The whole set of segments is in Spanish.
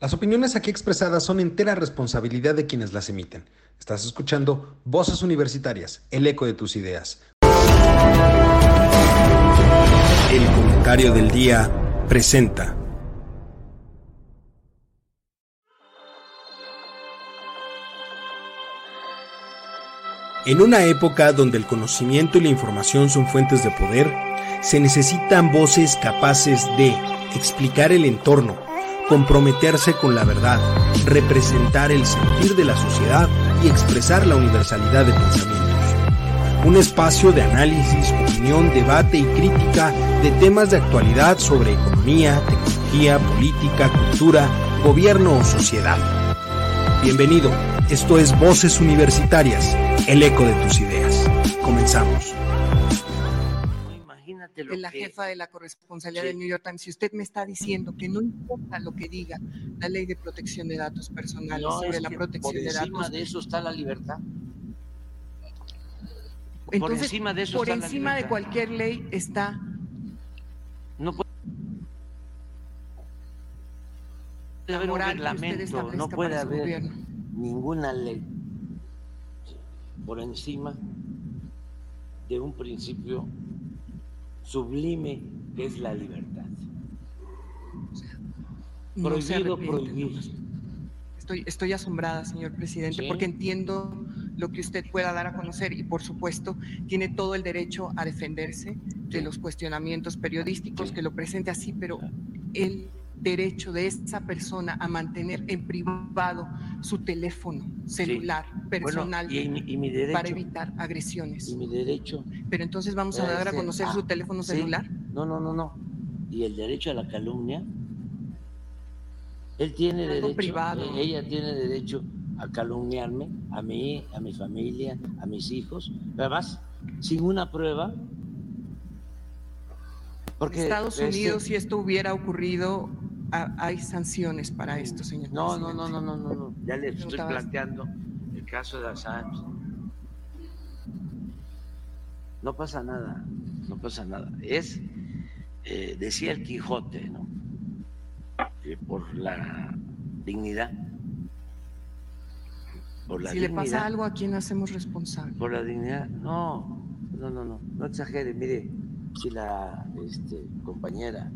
Las opiniones aquí expresadas son entera responsabilidad de quienes las emiten. Estás escuchando Voces Universitarias, el eco de tus ideas. El comentario del día presenta. En una época donde el conocimiento y la información son fuentes de poder, se necesitan voces capaces de explicar el entorno, comprometerse con la verdad, representar el sentir de la sociedad y expresar la universalidad de pensamientos. Un espacio de análisis, opinión, debate y crítica de temas de actualidad sobre economía, tecnología, política, cultura, gobierno o sociedad. Bienvenido, esto es Voces Universitarias, el eco de tus ideas. Comenzamos. De la jefa de la corresponsalía del New York Times, si usted me está diciendo que no importa lo que diga la ley de protección de datos personales sobre la protección de datos. Por encima de eso está la libertad. Entonces, por encima de cualquier ley está. No puede haber un reglamento, no puede haber ninguna ley por encima de un principio sublime que es la libertad. Prohibido prohibir. Estoy asombrada, señor presidente, ¿sí? Porque entiendo lo que usted pueda dar a conocer y, por supuesto, tiene todo el derecho a defenderse de los cuestionamientos periodísticos, que lo presente así, pero el derecho de esa persona a mantener en privado su teléfono celular personal, bueno, y mi derecho, para evitar agresiones. Y mi derecho. Pero entonces vamos a dar a conocer su teléfono celular. No. Y el derecho a la calumnia. Él tiene derecho, privado. Ella tiene derecho a calumniarme, a mí, a mi familia, a mis hijos, además, sin una prueba. Porque Estados Unidos, si esto hubiera ocurrido, hay sanciones para esto, señor presidente. No. Ya le estoy planteando el caso de Assange. No pasa nada. Es, decía el Quijote, ¿no? Por la dignidad. Si le pasa algo, ¿a quién hacemos responsable? Por la dignidad. No exagere. Mire, si la compañera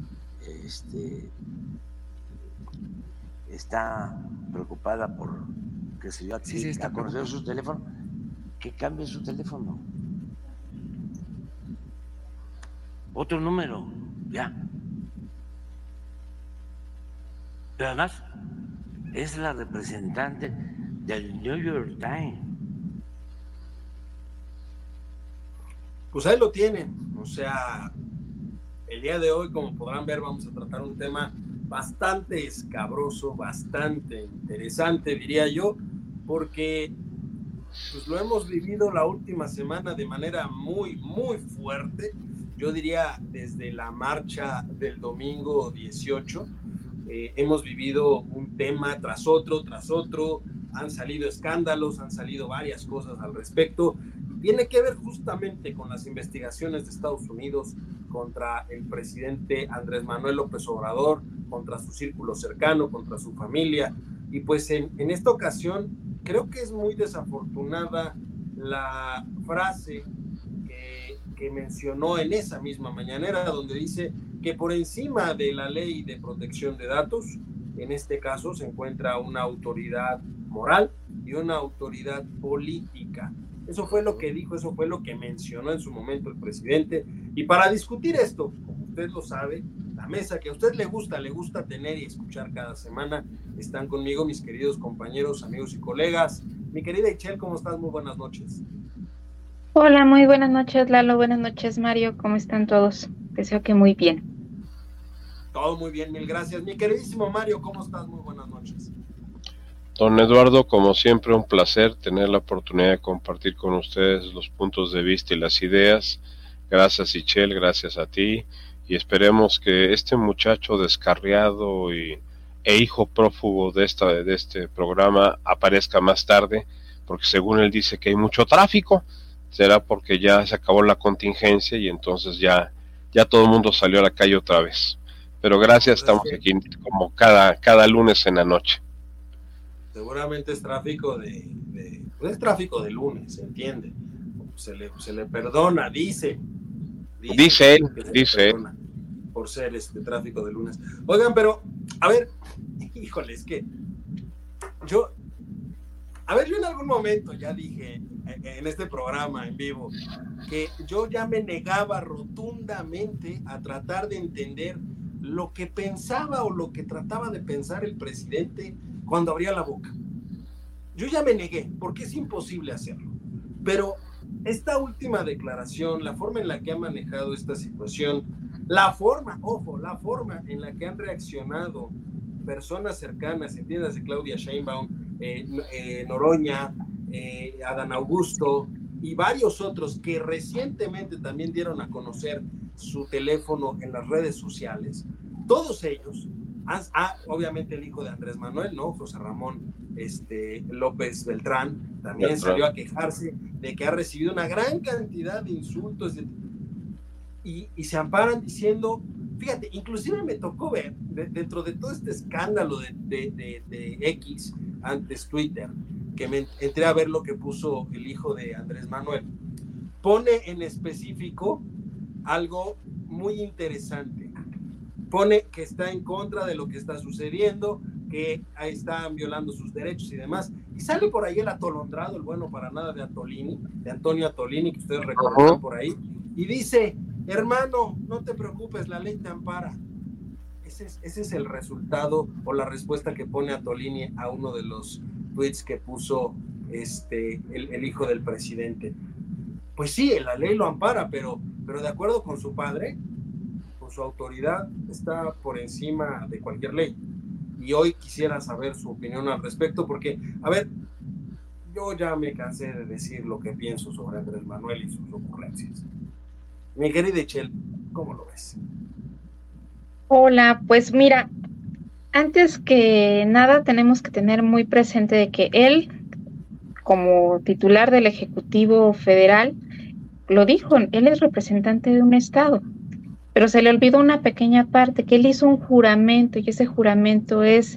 está preocupada por que se dio a conocer su teléfono, que cambie su teléfono. Otro número, ya. Pero además es la representante del New York Times. Pues ahí lo tienen, o sea, el día de hoy, como podrán ver, vamos a tratar un tema bastante escabroso, bastante interesante, diría yo, porque pues lo hemos vivido la última semana de manera muy, muy fuerte. Yo diría desde la marcha del domingo 18, hemos vivido un tema tras otro, han salido escándalos, han salido varias cosas al respecto. Tiene que ver justamente con las investigaciones de Estados Unidos contra el presidente Andrés Manuel López Obrador, contra su círculo cercano, contra su familia. Y pues en esta ocasión creo que es muy desafortunada la frase que mencionó en esa misma mañanera, donde dice que por encima de la ley de protección de datos, en este caso se encuentra una autoridad moral y una autoridad política. Eso fue lo que dijo, eso fue lo que mencionó en su momento el presidente. Y para discutir esto, como usted lo sabe, la mesa que a usted le gusta tener y escuchar cada semana, están conmigo mis queridos compañeros, amigos y colegas. Mi querida Itchel, ¿cómo estás? Muy buenas noches. Hola, muy buenas noches, Lalo. Buenas noches, Mario. ¿Cómo están todos? Deseo que muy bien. Todo muy bien, mil gracias. Mi queridísimo Mario, ¿cómo estás? Muy buenas noches. Don Eduardo, como siempre, un placer tener la oportunidad de compartir con ustedes los puntos de vista y las ideas. Gracias, Itchel, gracias a ti, y esperemos que este muchacho descarriado e hijo prófugo de este programa aparezca más tarde, porque según él dice que hay mucho tráfico. Será porque ya se acabó la contingencia y entonces ya todo el mundo salió a la calle otra vez. Pero gracias, estamos aquí como cada lunes en la noche. Seguramente es tráfico es tráfico de lunes, se entiende. Se le perdona, dice él, por ser tráfico de lunes. Oigan, pero, a ver, híjole, es que yo en algún momento ya dije en este programa en vivo que yo ya me negaba rotundamente a tratar de entender lo que pensaba o lo que trataba de pensar el presidente cuando abría la boca. Yo ya me negué, porque es imposible hacerlo. Pero esta última declaración, la forma en la que ha manejado esta situación, la forma en la que han reaccionado personas cercanas, entiéndase Claudia Sheinbaum, Noroña, Adán Augusto y varios otros que recientemente también dieron a conocer su teléfono en las redes sociales, todos ellos, obviamente el hijo de Andrés Manuel, ¿no? José Ramón López Beltrán, también salió a quejarse de que ha recibido una gran cantidad de insultos y se amparan diciendo, fíjate, inclusive me tocó ver, dentro de todo este escándalo de X, antes Twitter, que me entré a ver lo que puso el hijo de Andrés Manuel, pone en específico algo muy interesante. Pone que está en contra de lo que está sucediendo, que ahí están violando sus derechos y demás. Y sale por ahí el atolondrado, el bueno para nada de Antonio Atolini, que ustedes recordarán por ahí, y dice, hermano, no te preocupes, la ley te ampara. Ese es el resultado o la respuesta que pone Atolini a uno de los tweets que puso el hijo del presidente. Pues sí, la ley lo ampara, pero de acuerdo con su padre, con su autoridad, está por encima de cualquier ley. Y hoy quisiera saber su opinión al respecto, porque, a ver, yo ya me cansé de decir lo que pienso sobre Andrés Manuel y sus ocurrencias. Mi querida Ichel, ¿cómo lo ves? Hola, pues mira, antes que nada tenemos que tener muy presente de que él, como titular del Ejecutivo Federal, lo dijo, él es representante de un estado, pero se le olvidó una pequeña parte, que él hizo un juramento, y ese juramento es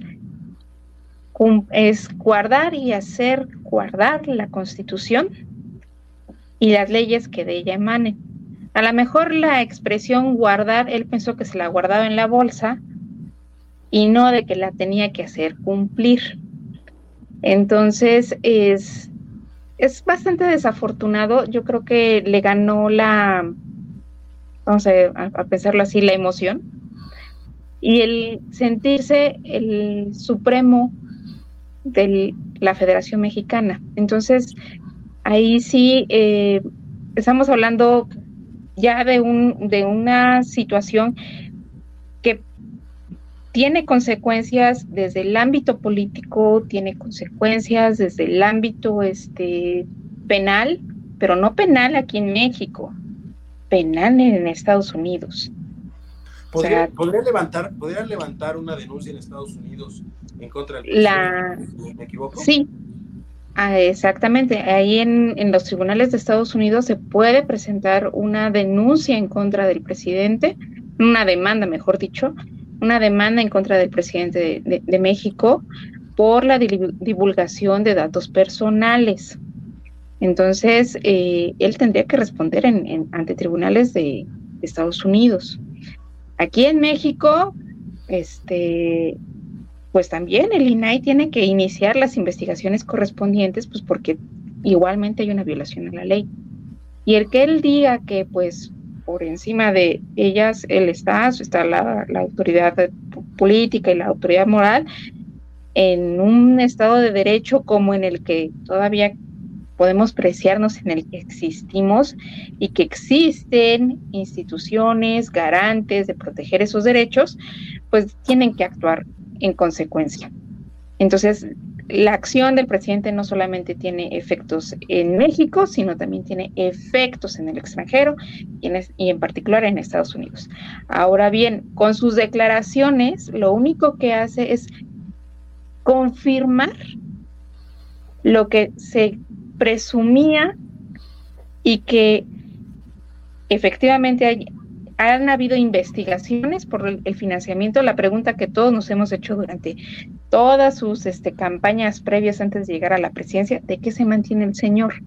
guardar y hacer guardar la Constitución y las leyes que de ella emanen. A lo mejor la expresión guardar, él pensó que se la guardaba en la bolsa y no de que la tenía que hacer cumplir. Entonces es bastante desafortunado. Yo creo que le ganó vamos a pensarlo así, la emoción y el sentirse el supremo de la Federación Mexicana. Entonces ahí sí estamos hablando ya de una situación que tiene consecuencias desde el ámbito político, tiene consecuencias desde el ámbito penal, pero no penal aquí en México, penal en Estados Unidos. ¿Podría levantar una denuncia en Estados Unidos en contra del presidente? ¿Me equivoco? Sí. Exactamente, ahí en los tribunales de Estados Unidos se puede presentar una denuncia en contra del presidente, una demanda, mejor dicho, una demanda en contra del presidente de México por la divulgación de datos personales. Entonces, él tendría que responder ante tribunales de Estados Unidos. Aquí en México, pues también el INAI tiene que iniciar las investigaciones correspondientes, pues porque igualmente hay una violación a la ley. Y el que él diga que pues por encima de ellas él está la autoridad política y la autoridad moral en un estado de derecho como en el que todavía podemos preciarnos, en el que existimos y que existen instituciones garantes de proteger esos derechos, pues tienen que actuar en consecuencia. Entonces, la acción del presidente no solamente tiene efectos en México, sino también tiene efectos en el extranjero y en particular en Estados Unidos. Ahora bien, con sus declaraciones, lo único que hace es confirmar lo que se presumía y que efectivamente han habido investigaciones por el financiamiento. La pregunta que todos nos hemos hecho durante todas sus campañas previas antes de llegar a la presidencia, ¿de qué se mantiene el señor?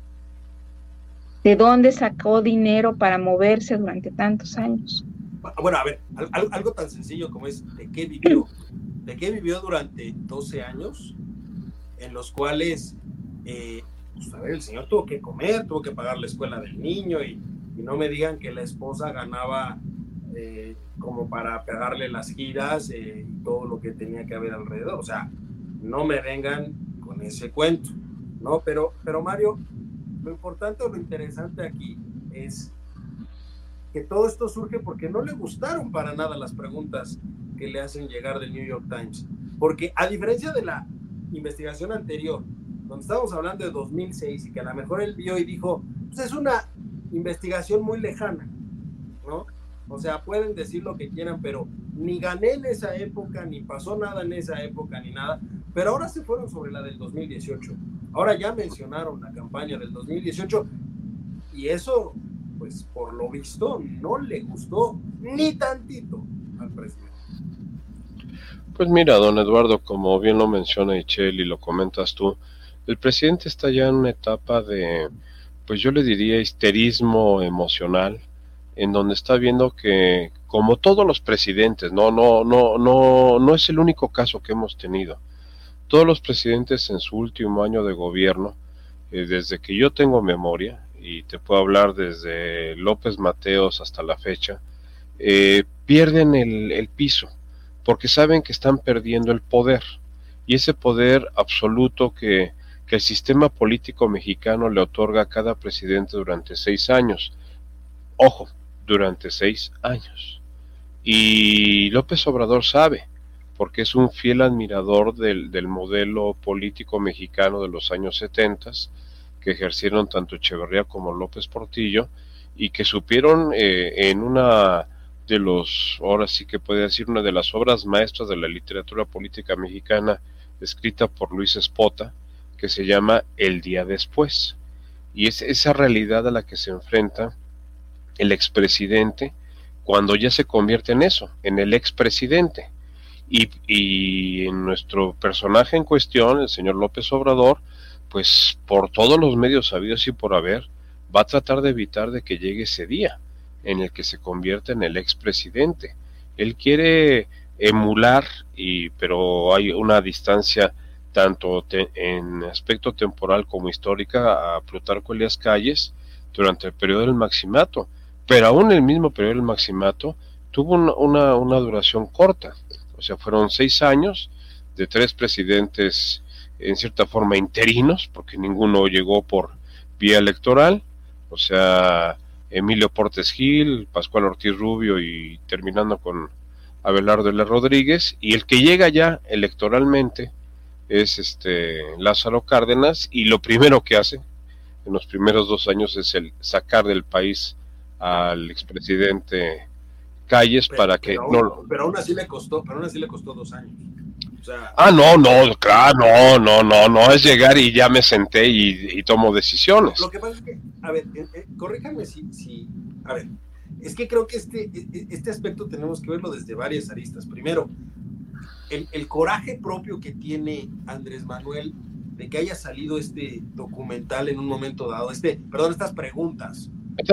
¿De dónde sacó dinero para moverse durante tantos años? Bueno, a ver, algo tan sencillo como es ¿de qué vivió? ¿De qué vivió durante 12 años en los cuales, pues a ver, el señor tuvo que comer, tuvo que pagar la escuela del niño y no me digan que la esposa ganaba como para pagarle las giras y todo lo que tenía que haber alrededor? O sea, no me vengan con ese cuento, ¿no? Pero Mario, lo importante o lo interesante aquí es que todo esto surge porque no le gustaron para nada las preguntas que le hacen llegar del New York Times. Porque a diferencia de la investigación anterior, donde estábamos hablando de 2006 y que a lo mejor él vio y dijo, pues es una investigación muy lejana, ¿no? O sea, pueden decir lo que quieran, pero ni gané en esa época, ni pasó nada en esa época, ni nada. Pero ahora se fueron sobre la del 2018. Ahora ya mencionaron la campaña del 2018 y eso, pues por lo visto, no le gustó ni tantito al presidente. Pues mira, don Eduardo, como bien lo menciona Ichel y lo comentas tú, el presidente está ya en una etapa de, pues yo le diría histerismo emocional, en donde está viendo que, como todos los presidentes, no es el único caso que hemos tenido. Todos los presidentes en su último año de gobierno, desde que yo tengo memoria, y te puedo hablar desde López Mateos hasta la fecha, pierden el piso, porque saben que están perdiendo el poder, y ese poder absoluto que el sistema político mexicano le otorga a cada presidente durante 6 años. Ojo, durante 6 años. Y López Obrador sabe, porque es un fiel admirador del modelo político mexicano de los años 70, que ejercieron tanto Echeverría como López Portillo, y que supieron en una de los, ahora sí que puede decir, una de las obras maestras de la literatura política mexicana, escrita por Luis Espota, que se llama El día después. Y es esa realidad a la que se enfrenta el expresidente cuando ya se convierte en eso, en el expresidente. Y en nuestro personaje en cuestión, el señor López Obrador, pues por todos los medios sabidos y por haber, va a tratar de evitar de que llegue ese día en el que se convierte en el expresidente. Él quiere emular, pero hay una distancia tanto en aspecto temporal como histórica a Plutarco Elías Calles durante el periodo del Maximato, pero aún el mismo periodo del Maximato tuvo una duración corta, o sea, fueron 6 años de 3 presidentes en cierta forma interinos, porque ninguno llegó por vía electoral, o sea, Emilio Portes Gil, Pascual Ortiz Rubio y terminando con Abelardo L. Rodríguez, y el que llega ya electoralmente es Lázaro Cárdenas, y lo primero que hace en los primeros 2 años es el sacar del país al expresidente Calles pero aún así le costó 2 años. O sea, no es llegar y ya me senté y tomo decisiones. Lo que pasa es que, a ver, corríjame si a ver, es que creo que este aspecto tenemos que verlo desde varias aristas. Primero, el coraje propio que tiene Andrés Manuel de que haya salido este documental en un momento dado, estas preguntas.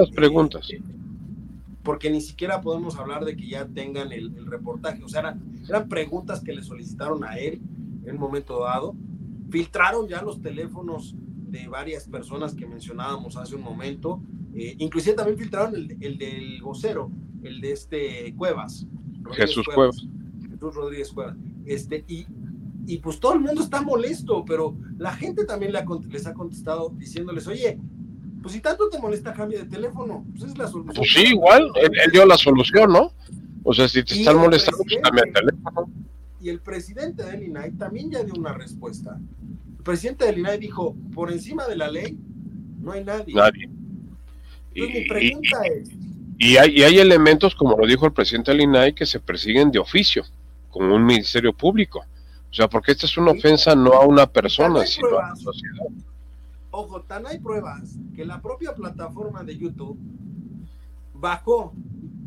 Porque ni siquiera podemos hablar de que ya tengan el reportaje, o sea, eran preguntas que le solicitaron a él en un momento dado. Filtraron ya los teléfonos de varias personas que mencionábamos hace un momento, inclusive también filtraron el del vocero, el de Cuevas. Jesús Cuevas. Jesús Rodríguez Cuevas. Y pues todo el mundo está molesto, pero la gente también les ha contestado diciéndoles, oye, pues si tanto te molesta, cambia de teléfono, pues es la solución. Pues sí, igual, él dio la solución, ¿no? O sea, si te están molestando, pues cambia de teléfono. Y el presidente del INAI también ya dio una respuesta. El presidente del INAI dijo, por encima de la ley, no hay nadie. Entonces, mi pregunta es... Y hay elementos, como lo dijo el presidente del INAI, que se persiguen de oficio, como un ministerio público. O sea, porque esta es una ofensa no a una persona, sino a la sociedad. Ojo, tan hay pruebas que la propia plataforma de YouTube bajó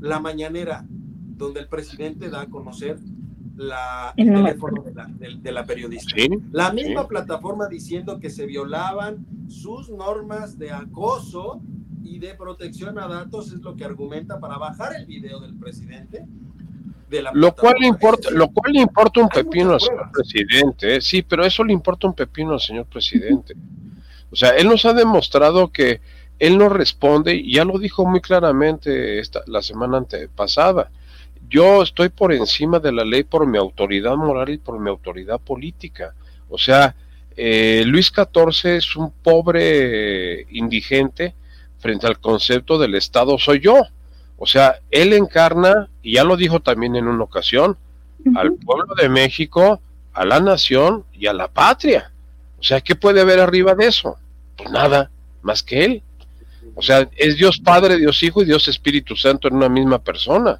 la mañanera donde el presidente da a conocer el teléfono de la periodista. Sí, la misma plataforma diciendo que se violaban sus normas de acoso y de protección a datos, es lo que argumenta para bajar el video del presidente. Lo cual le importa un pepino al señor presidente, sí, pero eso le importa un pepino al señor presidente. O sea, él nos ha demostrado que él no responde, y ya lo dijo muy claramente la semana antepasada. Yo estoy por encima de la ley por mi autoridad moral y por mi autoridad política. O sea, Luis XIV es un pobre indigente frente al concepto del Estado soy yo. O sea, él encarna, y ya lo dijo también en una ocasión, al pueblo de México, a la nación y a la patria. O sea, ¿qué puede haber arriba de eso? Pues nada, más que él. O sea, es Dios Padre, Dios Hijo y Dios Espíritu Santo en una misma persona.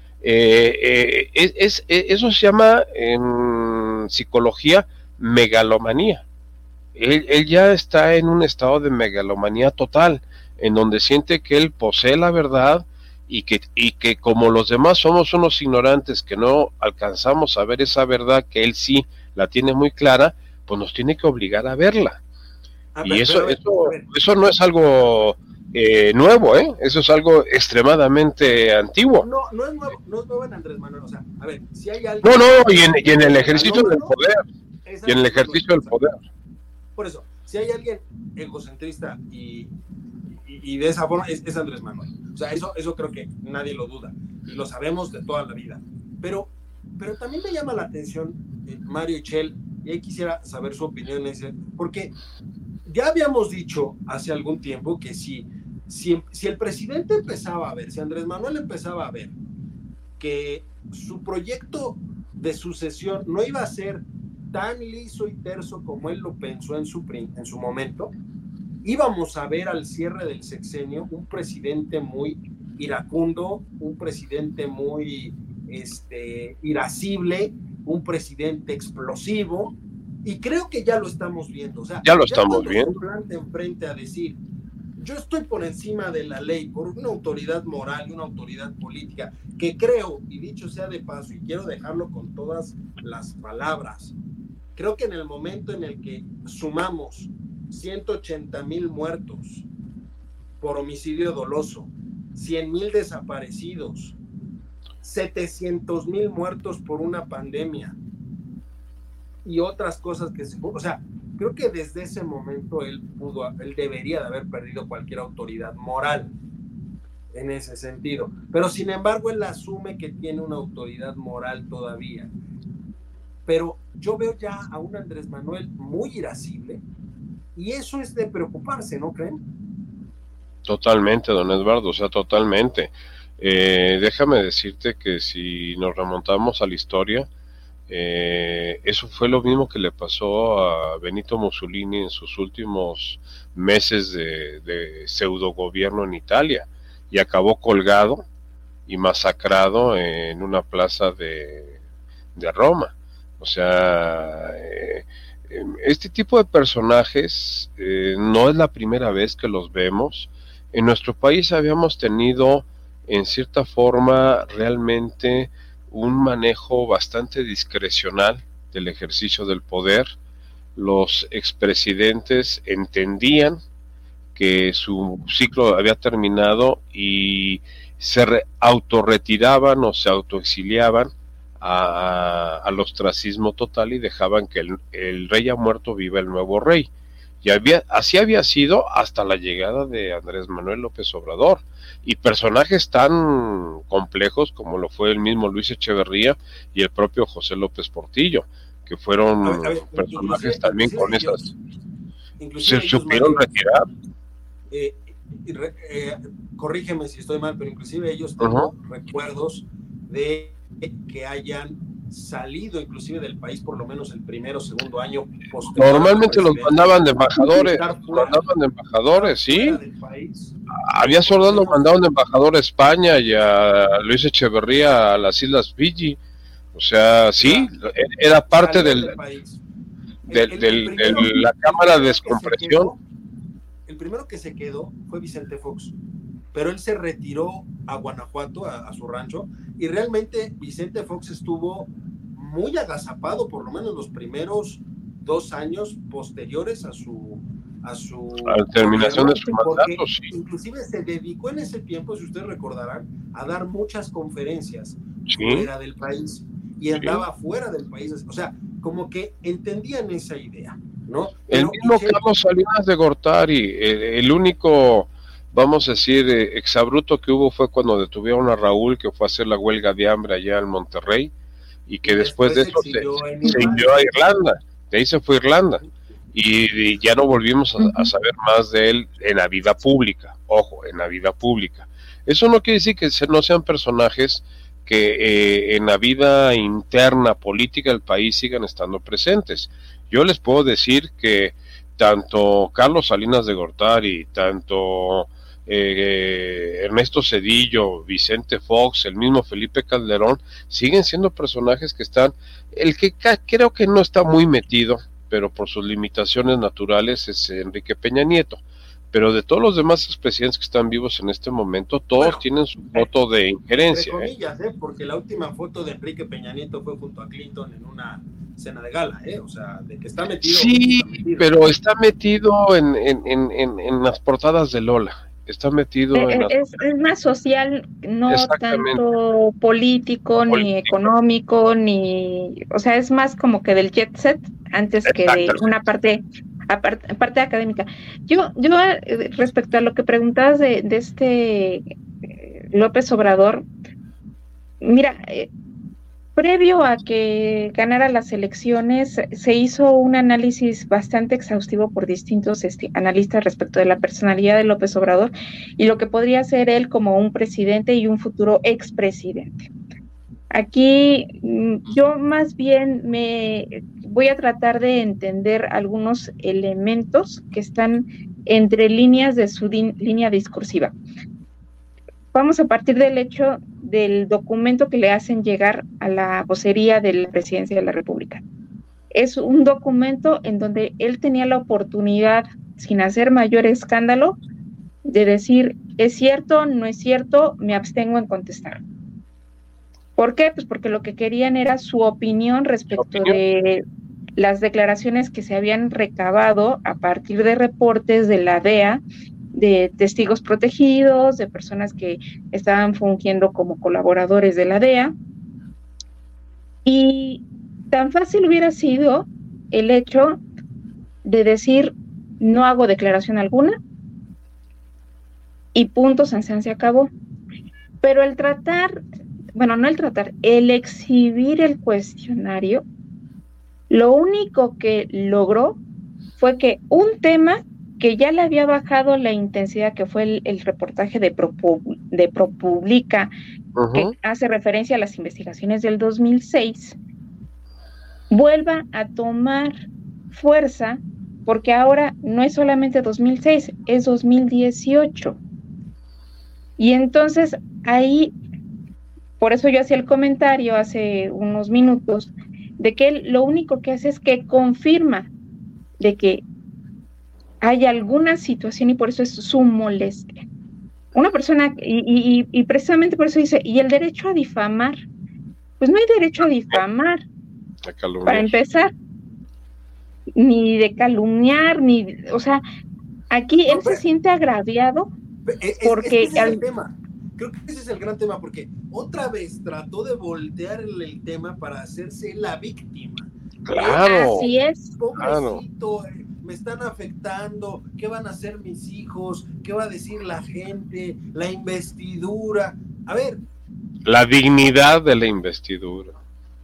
Eso se llama en psicología megalomanía. Él ya está en un estado de megalomanía total, en donde siente que él posee la verdad y que como los demás somos unos ignorantes que no alcanzamos a ver esa verdad que él sí la tiene muy clara, pues nos tiene que obligar a verla. Y eso no es algo nuevo, eso es algo extremadamente antiguo. No es nuevo en Andrés Manuel. O sea, a ver, si hay alguien... y en el ejercicio del poder. Y en el ejercicio del poder. Por eso, si hay alguien egocentrista y de esa forma es Andrés Manuel. O sea, eso creo que nadie lo duda. Y lo sabemos de toda la vida. Pero también me llama la atención, Mario y Chel, y ahí quisiera saber su opinión, porque ya habíamos dicho hace algún tiempo que si el presidente empezaba a ver, si Andrés Manuel empezaba a ver que su proyecto de sucesión no iba a ser tan liso y terso como él lo pensó en su momento, íbamos a ver al cierre del sexenio un presidente muy iracundo, un presidente muy irascible, un presidente explosivo, y creo que ya lo estamos viendo. O sea, ya lo estamos viendo. Se planta enfrente a decir, yo estoy por encima de la ley, por una autoridad moral y una autoridad política, que creo, y dicho sea de paso, y quiero dejarlo con todas las palabras, creo que en el momento en el que sumamos 180,000 muertos por homicidio doloso, 100,000 desaparecidos, 700,000 muertos por una pandemia y otras cosas o sea, creo que desde ese momento él debería de haber perdido cualquier autoridad moral en ese sentido, pero sin embargo él asume que tiene una autoridad moral todavía. Pero yo veo ya a un Andrés Manuel muy irascible, y eso es de preocuparse, ¿no creen? Totalmente, don Eduardo, o sea, totalmente. Déjame decirte que si nos remontamos a la historia, eso fue lo mismo que le pasó a Benito Mussolini en sus últimos meses de pseudo gobierno en Italia, y acabó colgado y masacrado en una plaza de Roma. O sea, este tipo de personajes no es la primera vez que los vemos. En nuestro país habíamos tenido, en cierta forma, realmente un manejo bastante discrecional del ejercicio del poder. Los expresidentes entendían que su ciclo había terminado y se autorretiraban o se autoexiliaban al ostracismo total y dejaban que el rey ha muerto, viva el nuevo rey. Y así había sido hasta la llegada de Andrés Manuel López Obrador, y personajes tan complejos como lo fue el mismo Luis Echeverría y el propio José López Portillo, que fueron personajes también con esas, se supieron retirar. Corrígeme si estoy mal, pero inclusive ellos tengo recuerdos de que hayan salido inclusive del país por lo menos el primero o segundo año posterior. Normalmente los mandaban de embajadores, sí. Había soldados mandados de embajador a España y a Luis Echeverría a las Islas Fiji. O sea, sí, era parte de la cámara de descompresión. El primero que se quedó fue Vicente Fox. pero él se retiró a Guanajuato, a su rancho, y realmente Vicente Fox estuvo muy agazapado, por lo menos los primeros 2 años posteriores a la terminación de su mandato, sí. Inclusive se dedicó en ese tiempo, si ustedes recordarán, a dar muchas conferencias fuera del país, y andaba fuera del país, o sea, como que entendían esa idea, ¿no? El mismo Carlos Salinas de Gortari, el único, vamos a decir, exabrupto que hubo fue cuando detuvieron a Raúl, que fue a hacer la huelga de hambre allá en Monterrey, y que después de eso se envió a Irlanda, de ahí se fue a Irlanda, y ya no volvimos a saber más de él en la vida pública, ojo, en la vida pública. Eso no quiere decir que no sean personajes que en la vida interna política del país sigan estando presentes. Yo les puedo decir que tanto Carlos Salinas de Gortari, tanto Ernesto Zedillo, Vicente Fox, el mismo Felipe Calderón, siguen siendo personajes que están, el que creo que no está muy metido, pero por sus limitaciones naturales, es Enrique Peña Nieto. Pero de todos los demás expresidentes que están vivos en este momento, todos tienen su foto de injerencia. Entre comillas, porque la última foto de Enrique Peña Nieto fue junto a Clinton en una cena de gala, o sea, de que está metido. Sí, está metido. Pero está metido en las portadas de Lola. Está metido es más social, no tanto político, ni económico, ni, o sea, es más como que del jet set antes que de una parte académica. Yo respecto a lo que preguntabas de este López Obrador, mira, previo a que ganara las elecciones, se hizo un análisis bastante exhaustivo por distintos analistas respecto de la personalidad de López Obrador y lo que podría ser él como un presidente y un futuro expresidente. Aquí yo más bien me voy a tratar de entender algunos elementos que están entre líneas de su línea discursiva. Vamos a partir del hecho del documento que le hacen llegar a la vocería de la Presidencia de la República. Es un documento en donde él tenía la oportunidad, sin hacer mayor escándalo, de decir, ¿es cierto? ¿No es cierto? Me abstengo en contestar. ¿Por qué? Pues porque lo que querían era su opinión respecto de las declaraciones que se habían recabado a partir de reportes de la DEA, de testigos protegidos, de personas que estaban fungiendo como colaboradores de la DEA. Y tan fácil hubiera sido el hecho de decir, no hago declaración alguna, y punto, se acabó. Pero el exhibir el cuestionario, lo único que logró fue que un tema que ya le había bajado la intensidad, que fue el reportaje de ProPublica, que hace referencia a las investigaciones del 2006, vuelva a tomar fuerza, porque ahora no es solamente 2006, es 2018. Y entonces ahí, por eso yo hacía el comentario hace unos minutos, de que él lo único que hace es que confirma de que hay alguna situación y por eso es su molestia. Una persona, y precisamente por eso dice, ¿y el derecho a difamar? Pues no hay derecho a difamar, para empezar, ni de calumniar, o sea, aquí él se siente agraviado porque... Ese es el tema. Creo que ese es el gran tema, porque otra vez trató de voltear el tema para hacerse la víctima. Claro. Así es. Pobrecito, me están afectando, ¿qué van a hacer mis hijos? ¿Qué va a decir la gente? La investidura. A ver. La dignidad de la investidura.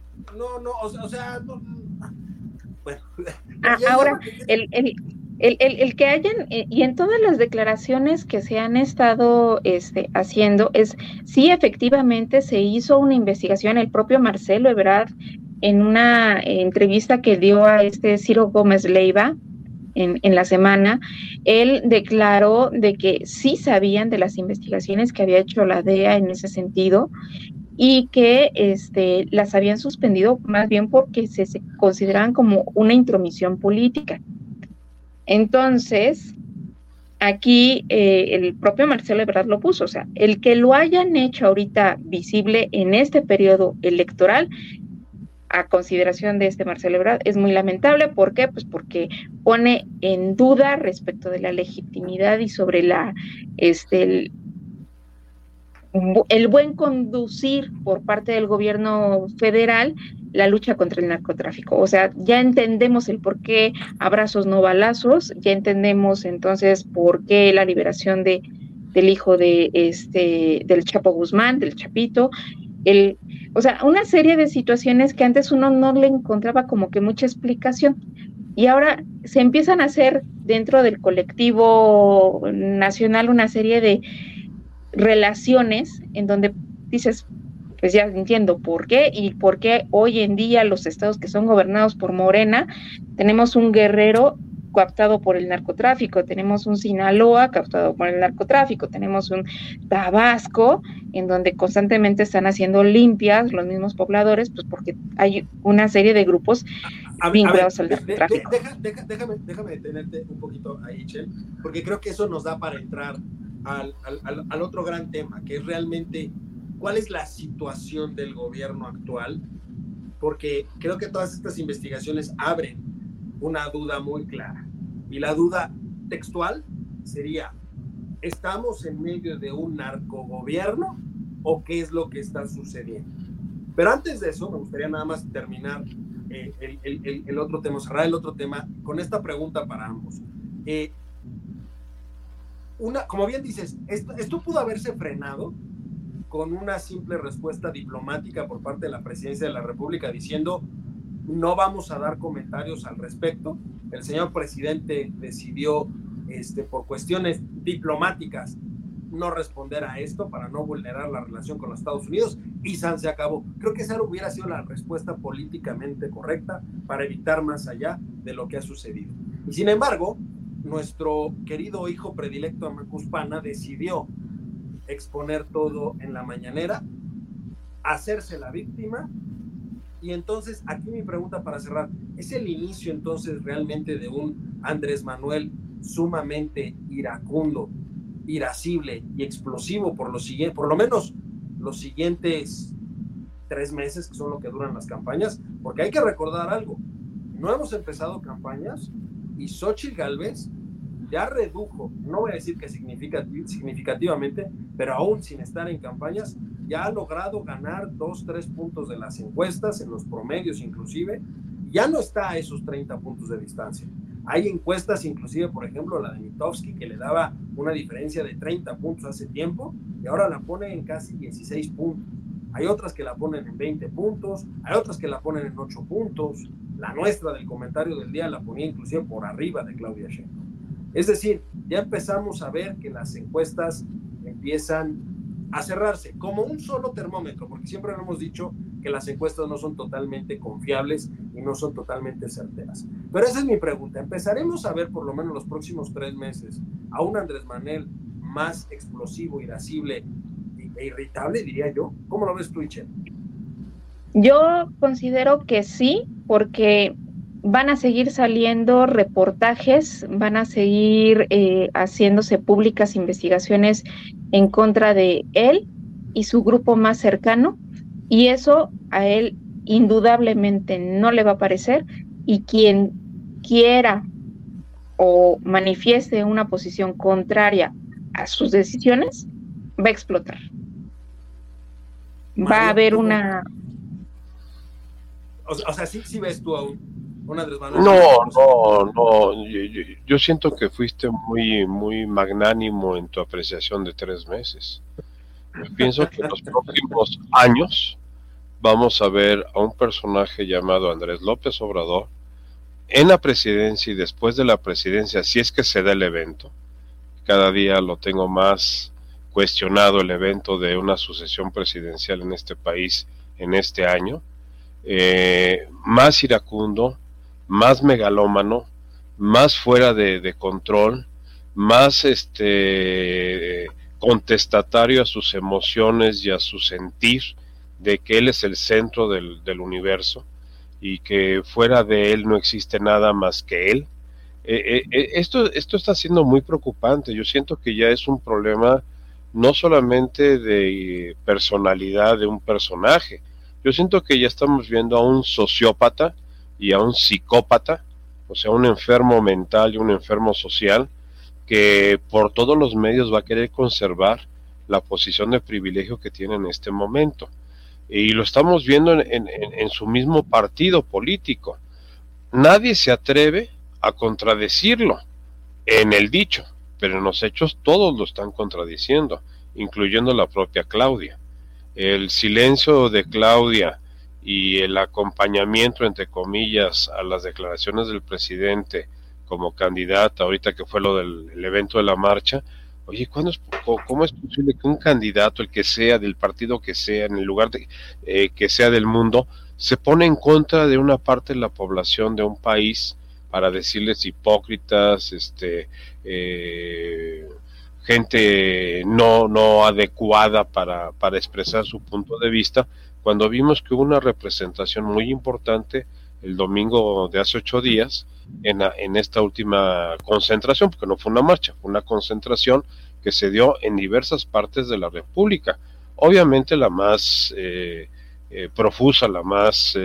Bueno. Ahora, el que hayan, y en todas las declaraciones que se han estado haciendo, sí, efectivamente se hizo una investigación. El propio Marcelo Ebrard, en una entrevista que dio a Ciro Gómez Leiva en la semana, él declaró de que sí sabían de las investigaciones que había hecho la DEA en ese sentido, y que las habían suspendido más bien porque se consideraban como una intromisión política. Entonces, aquí el propio Marcelo Ebrard lo puso, o sea, el que lo hayan hecho ahorita visible en este periodo electoral, a consideración de este Marcelo Ebrard, es muy lamentable. ¿Por qué? Pues porque pone en duda respecto de la legitimidad y sobre el buen conducir por parte del gobierno federal la lucha contra el narcotráfico. O sea, ya entendemos el por qué abrazos no balazos, ya entendemos entonces por qué la liberación del hijo del Chapo Guzmán, del Chapito, o sea, una serie de situaciones que antes uno no le encontraba como que mucha explicación. Y ahora se empiezan a hacer dentro del colectivo nacional una serie de relaciones en donde dices, pues ya entiendo por qué, y por qué hoy en día los estados que son gobernados por Morena, tenemos un Guerrero captado por el narcotráfico, tenemos un Sinaloa captado por el narcotráfico, tenemos un Tabasco en donde constantemente están haciendo limpias los mismos pobladores, pues porque hay una serie de grupos vinculados al narcotráfico. Déjame detenerte un poquito ahí, Chel, porque creo que eso nos da para entrar al otro gran tema, que es realmente cuál es la situación del gobierno actual, porque creo que todas estas investigaciones abren una duda muy clara, y la duda textual sería: ¿estamos en medio de un narcogobierno o qué es lo que está sucediendo? Pero antes de eso me gustaría nada más terminar el otro tema, cerrar el otro tema con esta pregunta para ambos. Como bien dices, esto pudo haberse frenado con una simple respuesta diplomática por parte de la Presidencia de la República diciendo: no vamos a dar comentarios al respecto. El señor presidente decidió, por cuestiones diplomáticas, no responder a esto para no vulnerar la relación con los Estados Unidos, y se acabó. Creo que esa hubiera sido la respuesta políticamente correcta para evitar más allá de lo que ha sucedido. Y sin embargo, nuestro querido hijo predilecto Macuspana decidió exponer todo en la mañanera, hacerse la víctima. Y entonces aquí mi pregunta para cerrar: ¿es el inicio entonces realmente de un Andrés Manuel sumamente iracundo, irascible y explosivo por lo menos los siguientes 3 meses, que son lo que duran las campañas? Porque hay que recordar algo: no hemos empezado campañas y Xóchitl Gálvez ya redujo, no voy a decir que significativamente, pero aún sin estar en campañas, ya ha logrado ganar 2-3 puntos de las encuestas, en los promedios inclusive, ya no está a esos 30 puntos de distancia. Hay encuestas, inclusive, por ejemplo, la de Mitofsky, que le daba una diferencia de 30 puntos hace tiempo, y ahora la pone en casi 16 puntos. Hay otras que la ponen en 20 puntos, hay otras que la ponen en 8 puntos. La nuestra del comentario del día la ponía inclusive por arriba de Claudia Sheinbaum. Es decir, ya empezamos a ver que las encuestas empiezan a cerrarse como un solo termómetro, porque siempre lo hemos dicho que las encuestas no son totalmente confiables y no son totalmente certeras. Pero esa es mi pregunta: ¿empezaremos a ver por lo menos los próximos 3 meses a un Andrés Manuel más explosivo, irascible e irritable, diría yo? ¿Cómo lo ves tú, Ichel? Yo considero que sí, porque van a seguir saliendo reportajes, van a seguir haciéndose públicas investigaciones en contra de él y su grupo más cercano, y eso a él indudablemente no le va a parecer, y quien quiera o manifieste una posición contraria a sus decisiones va a explotar. Va a haber una... O sea, sí ves tú a un Andrés Manuel. No. Yo siento que fuiste muy magnánimo en tu apreciación de 3 meses. Yo pienso que en los próximos años vamos a ver a un personaje llamado Andrés López Obrador en la presidencia y después de la presidencia, si es que se da el evento. Cada día lo tengo más cuestionado, el evento de una sucesión presidencial en este país en este año. Más iracundo, más megalómano, más fuera de control, más contestatario a sus emociones y a su sentir de que él es el centro del universo y que fuera de él no existe nada más que él. Esto está siendo muy preocupante. Yo siento que ya es un problema no solamente de personalidad de un personaje. Yo siento que ya estamos viendo a un sociópata y a un psicópata, o sea, un enfermo mental y un enfermo social, que por todos los medios va a querer conservar la posición de privilegio que tiene en este momento. Y lo estamos viendo en su mismo partido político. Nadie se atreve a contradecirlo en el dicho, pero en los hechos todos lo están contradiciendo, incluyendo la propia Claudia. El silencio de Claudia y el acompañamiento, entre comillas, a las declaraciones del presidente como candidata, ahorita que fue lo del evento de la marcha. Oye, ¿cómo es posible que un candidato, el que sea, del partido que sea, en el lugar que sea del mundo, se pone en contra de una parte de la población de un país para decirles hipócritas, gente no adecuada para expresar su punto de vista, cuando vimos que hubo una representación muy importante el domingo de hace 8 días en esta última concentración, porque no fue una marcha, fue una concentración que se dio en diversas partes de la República. Obviamente la más profusa, la más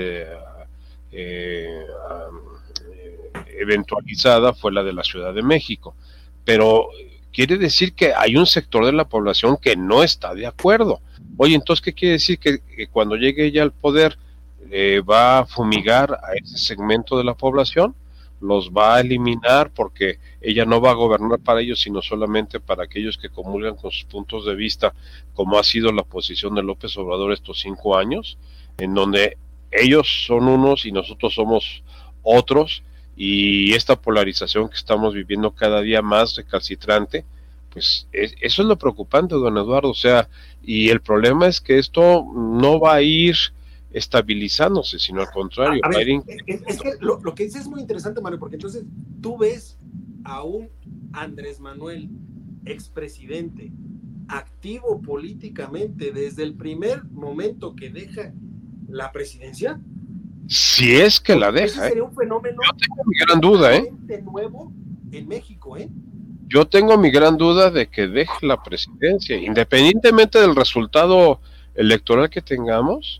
eventualizada fue la de la Ciudad de México, pero quiere decir que hay un sector de la población que no está de acuerdo. Oye, entonces, ¿qué quiere decir? Que cuando llegue ella al poder va a fumigar a ese segmento de la población, los va a eliminar porque ella no va a gobernar para ellos, sino solamente para aquellos que comulgan con sus puntos de vista, como ha sido la posición de López Obrador estos 5 años, en donde ellos son unos y nosotros somos otros, y esta polarización que estamos viviendo cada día más recalcitrante, pues eso es lo preocupante, don Eduardo. O sea, y el problema es que esto no va a ir estabilizándose, sino al contrario. Es que lo que dices es muy interesante, Mario, porque entonces tú ves a un Andrés Manuel, expresidente, activo políticamente desde el primer momento que deja la presidencia. Si es que la deja, sería un fenómeno. Yo tengo mi gran duda, nuevo en México, Yo tengo mi gran duda de que deje la presidencia, independientemente del resultado electoral que tengamos.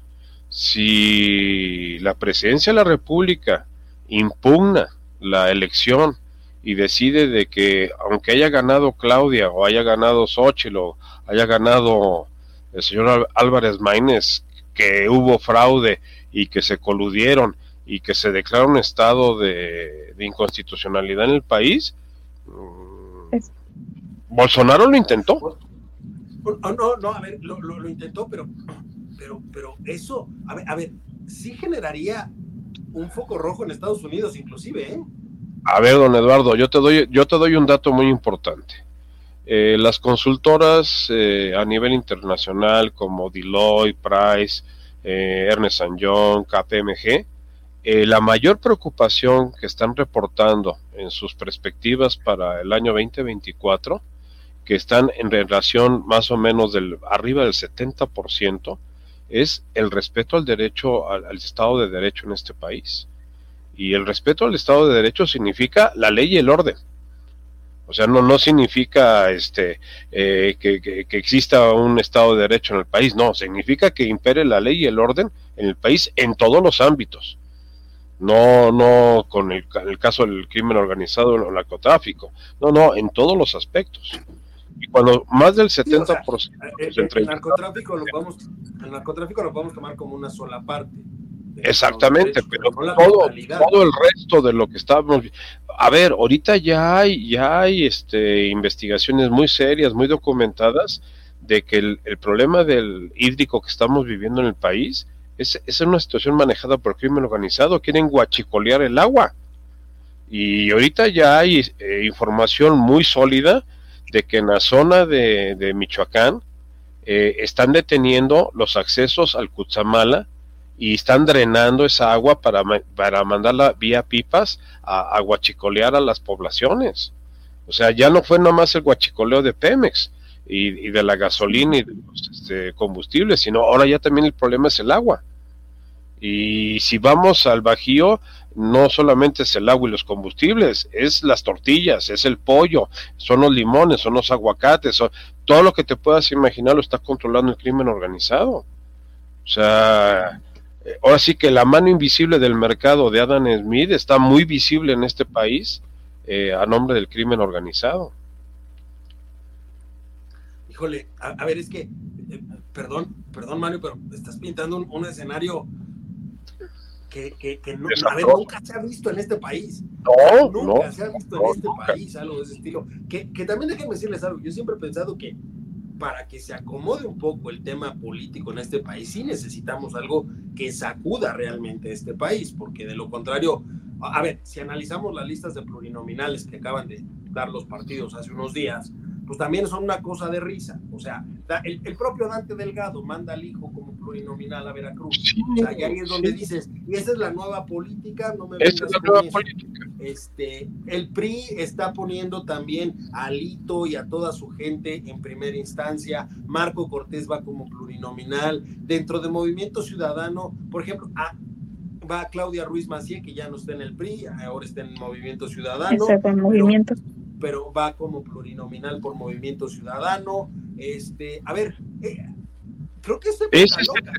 Si la presidencia de la República impugna la elección y decide de que aunque haya ganado Claudia o haya ganado Xóchitl o haya ganado el señor Álvarez Maínez, que hubo fraude y que se coludieron y que se declara un estado de inconstitucionalidad en el país, Bolsonaro lo intentó. No, a ver, lo intentó, pero eso, a ver, sí generaría un foco rojo en Estados Unidos, inclusive, A ver, don Eduardo, yo te doy un dato muy importante. Las consultoras a nivel internacional como Deloitte, Price, Ernst & Young, KPMG, la mayor preocupación que están reportando en sus perspectivas para el año 2024, que están en relación más o menos arriba del 70%, es el respeto al derecho, al Estado de Derecho en este país. Y el respeto al Estado de Derecho significa la ley y el orden. O sea, no significa que exista un Estado de Derecho en el país, no, significa que impere la ley y el orden en el país en todos los ámbitos. No con el caso del crimen organizado o el narcotráfico, no, en todos los aspectos. Y cuando más del 70%... Sí, o sea, el narcotráfico lo podemos tomar como una sola parte. Exactamente, pero no todo el resto de lo que estábamos... A ver, ahorita ya hay investigaciones muy serias, muy documentadas, de que el problema del hídrico que estamos viviendo en el país es una situación manejada por crimen organizado. Quieren guachicolear el agua. Y ahorita ya hay información muy sólida de que en la zona de Michoacán están deteniendo los accesos al Cutzamala y están drenando esa agua para mandarla vía pipas a guachicolear a las poblaciones. O sea, ya no fue nada más el guachicoleo de Pemex y de la gasolina y de los combustibles, sino ahora ya también el problema es el agua. Y si vamos al Bajío, no solamente es el agua y los combustibles, es las tortillas, es el pollo, son los limones, son los aguacates, todo lo que te puedas imaginar lo está controlando el crimen organizado. O sea, ahora sí que la mano invisible del mercado de Adam Smith está muy visible en este país, a nombre del crimen organizado. Híjole, a ver, es que, perdón Mario, pero estás pintando un escenario que no, a ver, nunca se ha visto en este país. Nunca se ha visto en este país algo de ese estilo. Que también déjenme decirles algo, yo siempre he pensado que para que se acomode un poco el tema político en este país, sí necesitamos algo que sacuda realmente este país, porque de lo contrario, a ver, si analizamos las listas de plurinominales que acaban de dar los partidos hace unos días, pues también son una cosa de risa. O sea, el propio Dante Delgado manda al hijo como plurinominal a Veracruz. Sí, o sea, y ahí es donde dices, y esa es la nueva política, no me vengas con eso. Esa es la nueva política. El PRI está poniendo también a Alito y a toda su gente en primera instancia. Marco Cortés va como plurinominal. Dentro de Movimiento Ciudadano, por ejemplo, va Claudia Ruiz Massieu, que ya no está en el PRI, ahora está en Movimiento Ciudadano. Está en Movimiento. Pero va como plurinominal por Movimiento Ciudadano. A ver, creo que ese es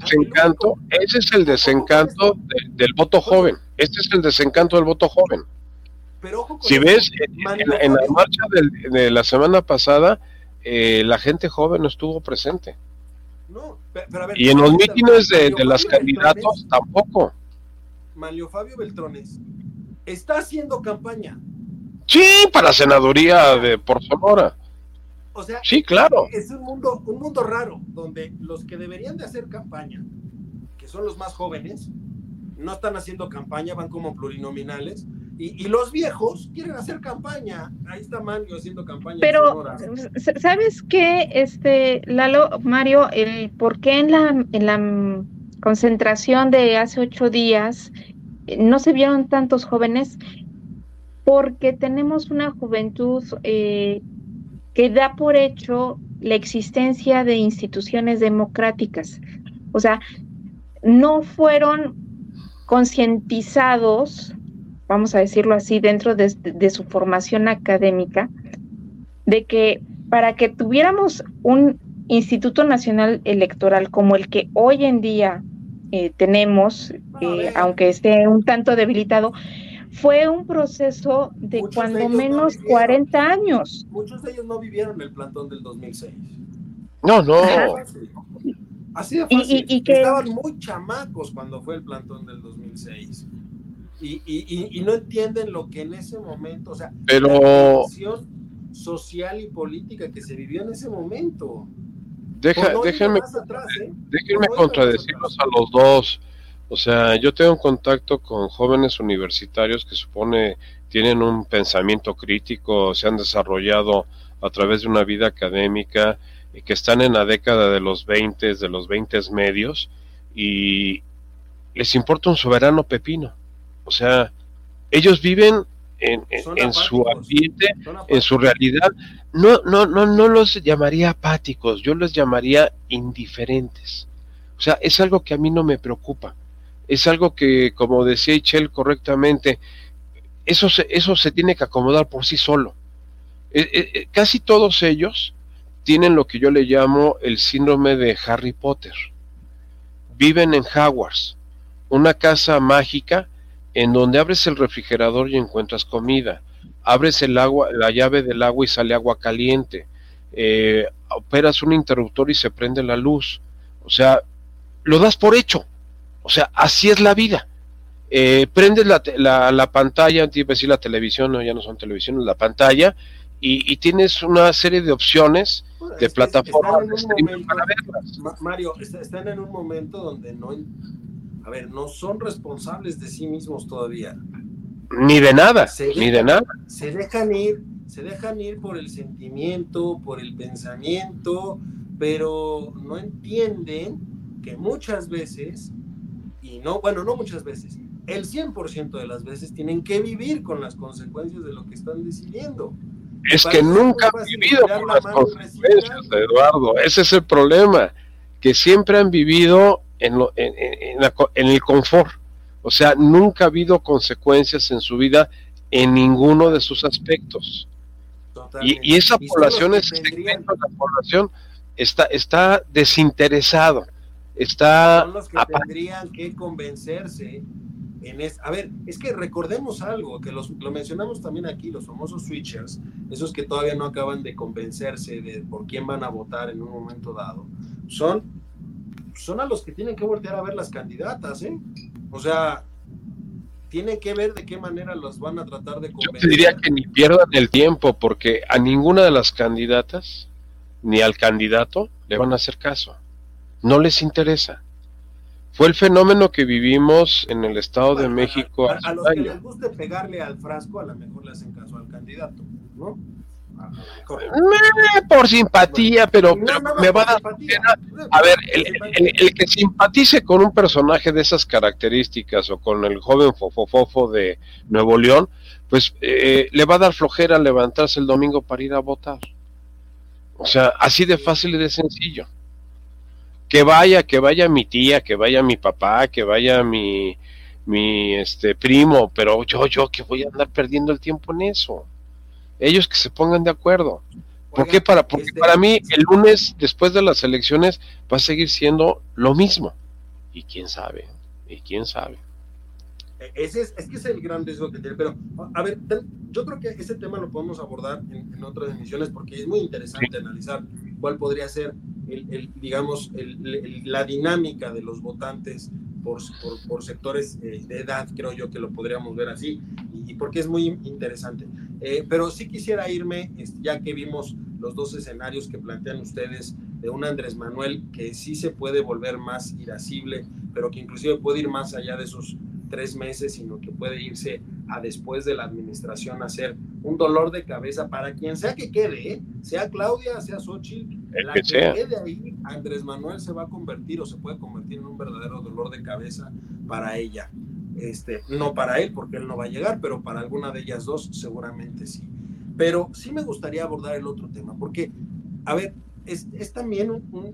el desencanto del voto joven. Este es el desencanto del voto joven. Pero ojo con si ves, en la marcha de la semana pasada, la gente joven no estuvo presente. No, pero a ver, y en los mítines de las candidatos tampoco. Manlio Fabio Beltrones está haciendo campaña. Sí, para senaduría por Sonora. O sea, sí, claro. Es un mundo raro, donde los que deberían de hacer campaña, que son los más jóvenes, no están haciendo campaña, van como plurinominales, y los viejos quieren hacer campaña. Ahí está Manlio haciendo campaña. Pero, ¿sabes qué, Lalo, Mario, el por qué en la concentración de hace 8 días no se vieron tantos jóvenes? Porque tenemos una juventud que da por hecho la existencia de instituciones democráticas. O sea, no fueron concientizados, vamos a decirlo así, dentro de su formación académica, de que para que tuviéramos un Instituto Nacional Electoral como el que hoy en día tenemos, aunque esté un tanto debilitado, fue un proceso de cuando menos 40 años. Muchos de ellos no vivieron el plantón del 2006. No. Así de fácil. Y que estaban muy chamacos cuando fue el plantón del 2006. Y no entienden lo que en ese momento, o sea, la situación social y política que se vivió en ese momento. Déjenme contradecirlos a los dos. O sea, yo tengo contacto con jóvenes universitarios que tienen un pensamiento crítico, se han desarrollado a través de una vida académica, y que están en la década de los 20 medios, y les importa un soberano pepino. O sea, ellos viven en su ambiente, en su realidad. No los llamaría apáticos, yo los llamaría indiferentes. O sea, es algo que a mí no me preocupa. Es algo que, como decía Ichel correctamente, eso se tiene que acomodar por sí solo. Casi todos ellos tienen lo que yo le llamo el síndrome de Harry Potter. Viven en Hogwarts, una casa mágica en donde abres el refrigerador y encuentras comida, abres la llave del agua y sale agua caliente, operas un interruptor y se prende la luz. O sea, lo das por hecho. O sea, así es la vida. Prendes la pantalla, te iba a decir la televisión, no, ya no son televisiones, la pantalla, y tienes una serie de opciones de plataformas de streaming para verlas. Mario, están en un momento donde no son responsables de sí mismos todavía. Ni de nada. Se dejan ir por el sentimiento, por el pensamiento, pero no entienden que muchas veces, no muchas veces, el 100% de las veces tienen que vivir con las consecuencias de lo que están decidiendo. Es que nunca han vivido con las consecuencias, Eduardo. Ese es el problema, que siempre han vivido en el confort. O sea, nunca ha habido consecuencias en su vida en ninguno de sus aspectos. Y esa población, ese segmento de la población está desinteresado, son los que tendrían que convencerse a ver, es que recordemos algo, que lo mencionamos también aquí, los famosos switchers, esos que todavía no acaban de convencerse de por quién van a votar en un momento dado, son a los que tienen que voltear a ver las candidatas, o sea, tienen que ver de qué manera los van a tratar de convencer. Yo te diría que ni pierdan el tiempo, porque a ninguna de las candidatas ni al candidato le van a hacer caso, no les interesa. Fue el fenómeno que vivimos en el Estado de México. A los que les guste pegarle al frasco, a lo mejor le hacen caso al candidato, ¿no? Por simpatía, pero me va a dar pena. A ver, el que simpatice con un personaje de esas características o con el joven fofofofo de Nuevo León, pues le va a dar flojera levantarse el domingo para ir a votar. O sea, así de fácil y de sencillo. Que vaya mi tía, que vaya mi papá, que vaya mi primo, pero yo que voy a andar perdiendo el tiempo en eso. Ellos que se pongan de acuerdo. ¿Por qué? Porque para mí el lunes después de las elecciones va a seguir siendo lo mismo. Y quién sabe. Es que es el gran riesgo que tiene, pero a ver, yo creo que ese tema lo podemos abordar en otras emisiones, porque es muy interesante analizar cuál podría ser la dinámica de los votantes por sectores de edad. Creo yo que lo podríamos ver así, y porque es muy interesante. Pero sí quisiera irme, ya que vimos los dos escenarios que plantean ustedes, de un Andrés Manuel que sí se puede volver más irascible, pero que inclusive puede ir más allá de esos 3 meses, sino que puede irse a después de la administración a hacer un dolor de cabeza para quien sea que quede, sea Claudia, sea Xóchitl, la que quede ahí, Andrés Manuel se va a convertir o se puede convertir en un verdadero dolor de cabeza para ella. No para él, porque él no va a llegar, pero para alguna de ellas dos seguramente sí. Pero sí me gustaría abordar el otro tema, porque, a ver, es también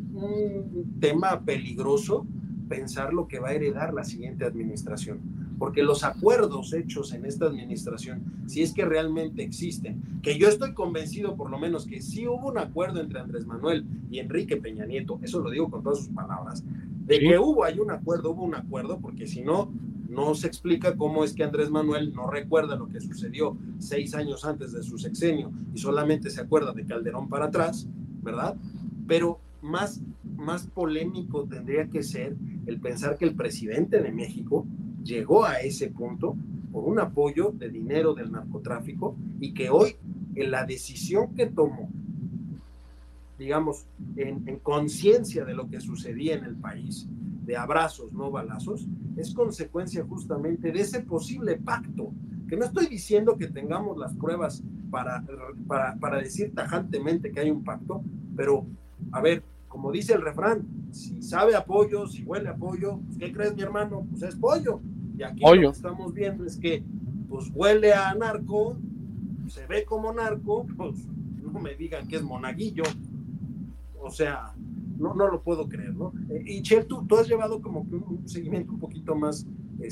un tema peligroso pensar lo que va a heredar la siguiente administración, porque los acuerdos hechos en esta administración, si es que realmente existen, que yo estoy convencido por lo menos que sí hubo un acuerdo entre Andrés Manuel y Enrique Peña Nieto, eso lo digo con todas sus palabras, de que hubo un acuerdo, porque si no, no se explica cómo es que Andrés Manuel no recuerda lo que sucedió 6 años antes de su sexenio y solamente se acuerda de Calderón para atrás, ¿verdad? Pero más polémico tendría que ser el pensar que el presidente de México llegó a ese punto por un apoyo de dinero del narcotráfico, y que hoy en la decisión que tomó, digamos, en conciencia de lo que sucedía en el país, de abrazos, no balazos, es consecuencia justamente de ese posible pacto, que no estoy diciendo que tengamos las pruebas para decir tajantemente que hay un pacto, pero, a ver, como dice el refrán, si sabe a pollo, si huele a pollo, pues, ¿qué crees, mi hermano? Pues es pollo. Y aquí lo que estamos viendo es que, pues, huele a narco, se ve como narco, pues no me digan que es monaguillo. O sea, no lo puedo creer, ¿no? Y Chel, tú has llevado como que un seguimiento un poquito más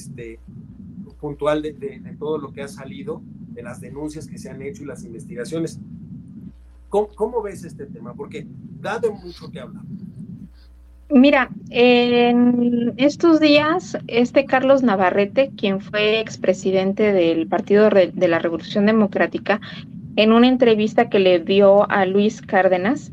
puntual de todo lo que ha salido, de las denuncias que se han hecho y las investigaciones. ¿Cómo ves este tema? Porque da de mucho que hablar. Mira, en estos días, Carlos Navarrete, quien fue expresidente del Partido de la Revolución Democrática, en una entrevista que le dio a Luis Cárdenas,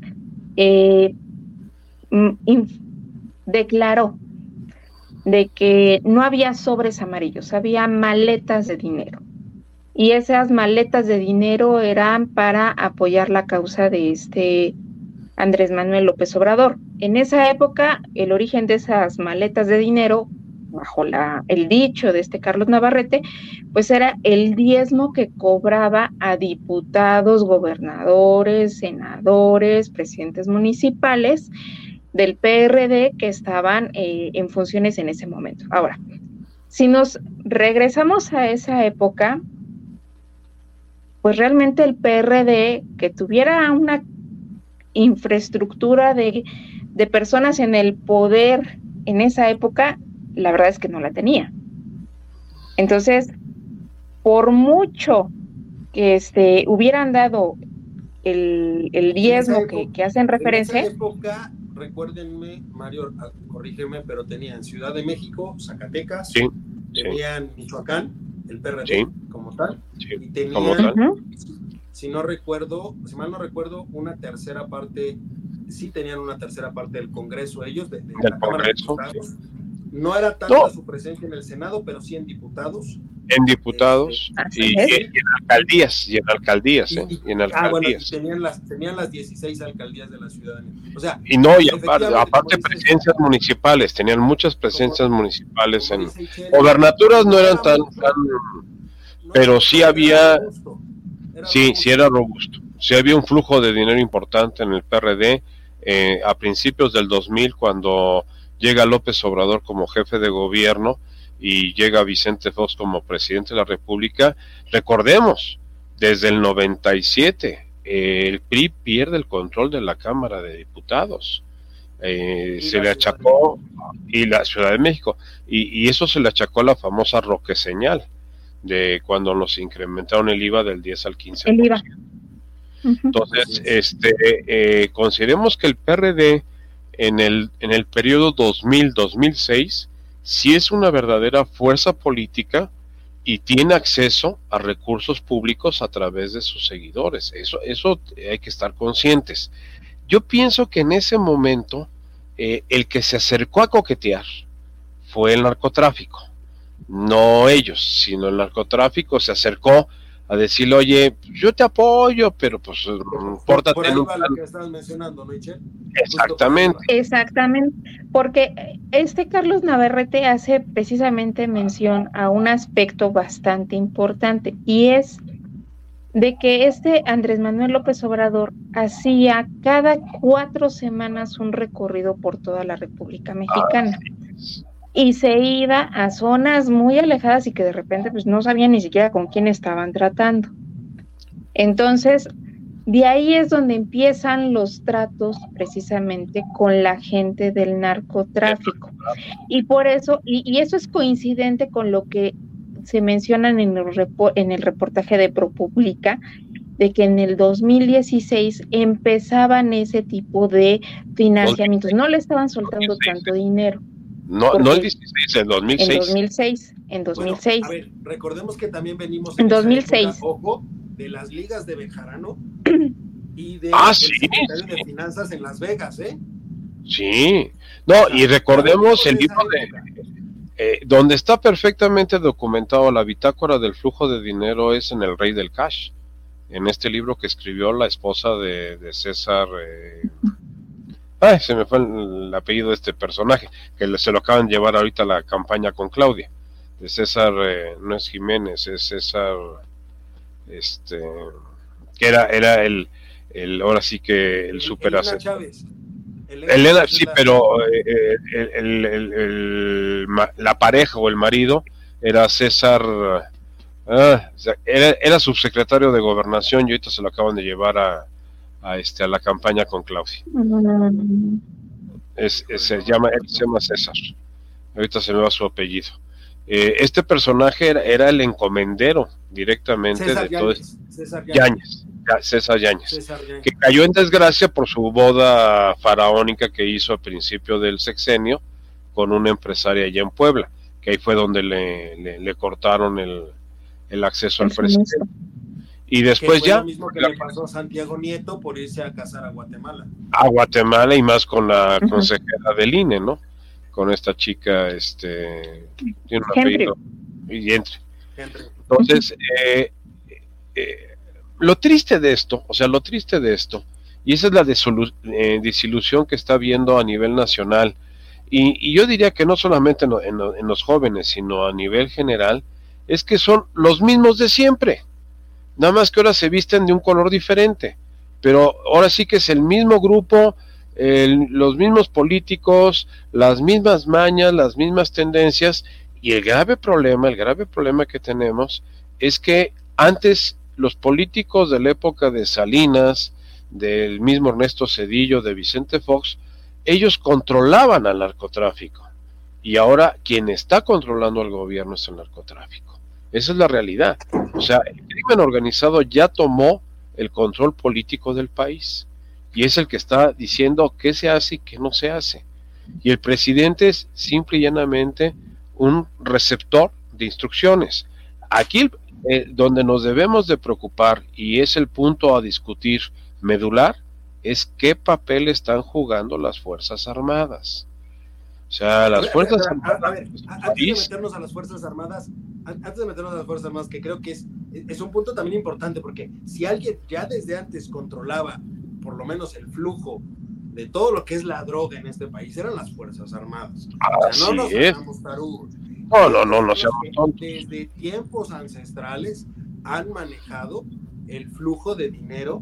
declaró de que no había sobres amarillos, había maletas de dinero. Y esas maletas de dinero eran para apoyar la causa de Andrés Manuel López Obrador. En esa época, el origen de esas maletas de dinero, bajo el dicho de Carlos Navarrete, pues era el diezmo que cobraba a diputados, gobernadores, senadores, presidentes municipales del PRD que estaban en funciones en ese momento. Ahora, si nos regresamos a esa época, pues realmente el PRD, que tuviera una infraestructura de personas en el poder en esa época, la verdad es que no la tenía. Entonces, por mucho que hubieran dado el diezmo que hacen referencia. En esa época, recuérdenme, Mario, corrígeme, pero tenían Ciudad de México, Zacatecas, sí, tenían Michoacán, el PRD sí, como tal, sí, y tenían, si mal no recuerdo, una tercera parte, sí tenían una tercera parte del Congreso ellos, de la Cámara de Diputados. No era tanta su presencia en el Senado, pero sí en diputados. En diputados y en alcaldías, Bueno, tenían las 16 alcaldías de la Ciudad de México. O sea, y aparte presencias municipales, tenían muchas presencias municipales en gobernaturas, no eran tan pero sí había, sí era robusto. Sí había un flujo de dinero importante en el PRD a principios del 2000, cuando llega López Obrador como jefe de gobierno y llega Vicente Fox como presidente de la República. Recordemos, desde el 97 el PRI pierde el control de la Cámara de Diputados, se le achacó, y la Ciudad de México, y eso se le achacó a la famosa Roque Señal, de cuando nos incrementaron el IVA del 10 al 15%. El IVA. Entonces, consideremos que el PRD en el periodo 2000-2006 sí es una verdadera fuerza política y tiene acceso a recursos públicos a través de sus seguidores. Eso hay que estar conscientes. Yo pienso que en ese momento el que se acercó a coquetear fue el narcotráfico, no ellos, sino el narcotráfico se acercó a decirle, oye, yo te apoyo, pero pues pórtate. Por ahí va lo que estabas mencionando, ¿no, Michelle? Exactamente, porque Carlos Navarrete hace precisamente mención a un aspecto bastante importante, y es de que Andrés Manuel López Obrador hacía cada 4 semanas un recorrido por toda la República Mexicana. Y se iba a zonas muy alejadas y que de repente pues no sabían ni siquiera con quién estaban tratando. Entonces, de ahí es donde empiezan los tratos precisamente con la gente del narcotráfico. Y por eso, y eso es coincidente con lo que se menciona en el reportaje de ProPublica, de que en el 2016 empezaban ese tipo de financiamientos. No le estaban soltando tanto dinero. No el 16, el 2006. En 2006. Bueno, a ver, recordemos que también venimos en 2006. Época, ojo, de las ligas de Bejarano y de secretario de Finanzas en Las Vegas, ¿eh? Sí. No, y recordemos el libro donde está perfectamente documentado la bitácora del flujo de dinero es en El Rey del Cash, en este libro que escribió la esposa de César. Se me fue el apellido de este personaje, que se lo acaban de llevar ahorita a la campaña con Claudia, de César, no es Jiménez, es César, que era el ahora sí que el super Elena, sí, pero la pareja o el marido era César, era subsecretario de Gobernación, y ahorita se lo acaban de llevar a la campaña con Claudia. Se llama César, ahorita se me va su apellido. Este personaje era el encomendero directamente César de todo esto. César Yáñez, que cayó en desgracia por su boda faraónica que hizo a principio del sexenio con una empresaria allá en Puebla, que ahí fue donde le cortaron el acceso al presidente. Y después fue ya lo mismo que le pasó a Santiago Nieto por irse a casar a Guatemala. Y más con la consejera del INE, ¿no? Con esta chica, tiene un apellido, Henry. Entonces, lo triste de esto, y esa es la desilusión que está habiendo a nivel nacional, y yo diría que no solamente en los jóvenes, sino a nivel general, es que son los mismos de siempre. Nada más que ahora se visten de un color diferente, pero ahora sí que es el mismo grupo, los mismos políticos, las mismas mañas, las mismas tendencias, y el grave problema que tenemos es que antes los políticos de la época de Salinas, del mismo Ernesto Zedillo, de Vicente Fox, ellos controlaban al narcotráfico, y ahora quien está controlando al gobierno es el narcotráfico. Esa es la realidad. O sea, el crimen organizado ya tomó el control político del país y es el que está diciendo qué se hace y qué no se hace. Y el presidente es simple y llanamente un receptor de instrucciones. Aquí donde nos debemos de preocupar, y es el punto a discutir medular, es qué papel están jugando las Fuerzas Armadas. O sea, las Fuerzas Armadas... A ver, antes de meternos a las Fuerzas Armadas, que creo que es un punto también importante, porque si alguien ya desde antes controlaba por lo menos el flujo de todo lo que es la droga en este país, eran las Fuerzas Armadas. O sea, no nos hagamos tarugos. No seamos tontos. Desde tiempos ancestrales han manejado el flujo de dinero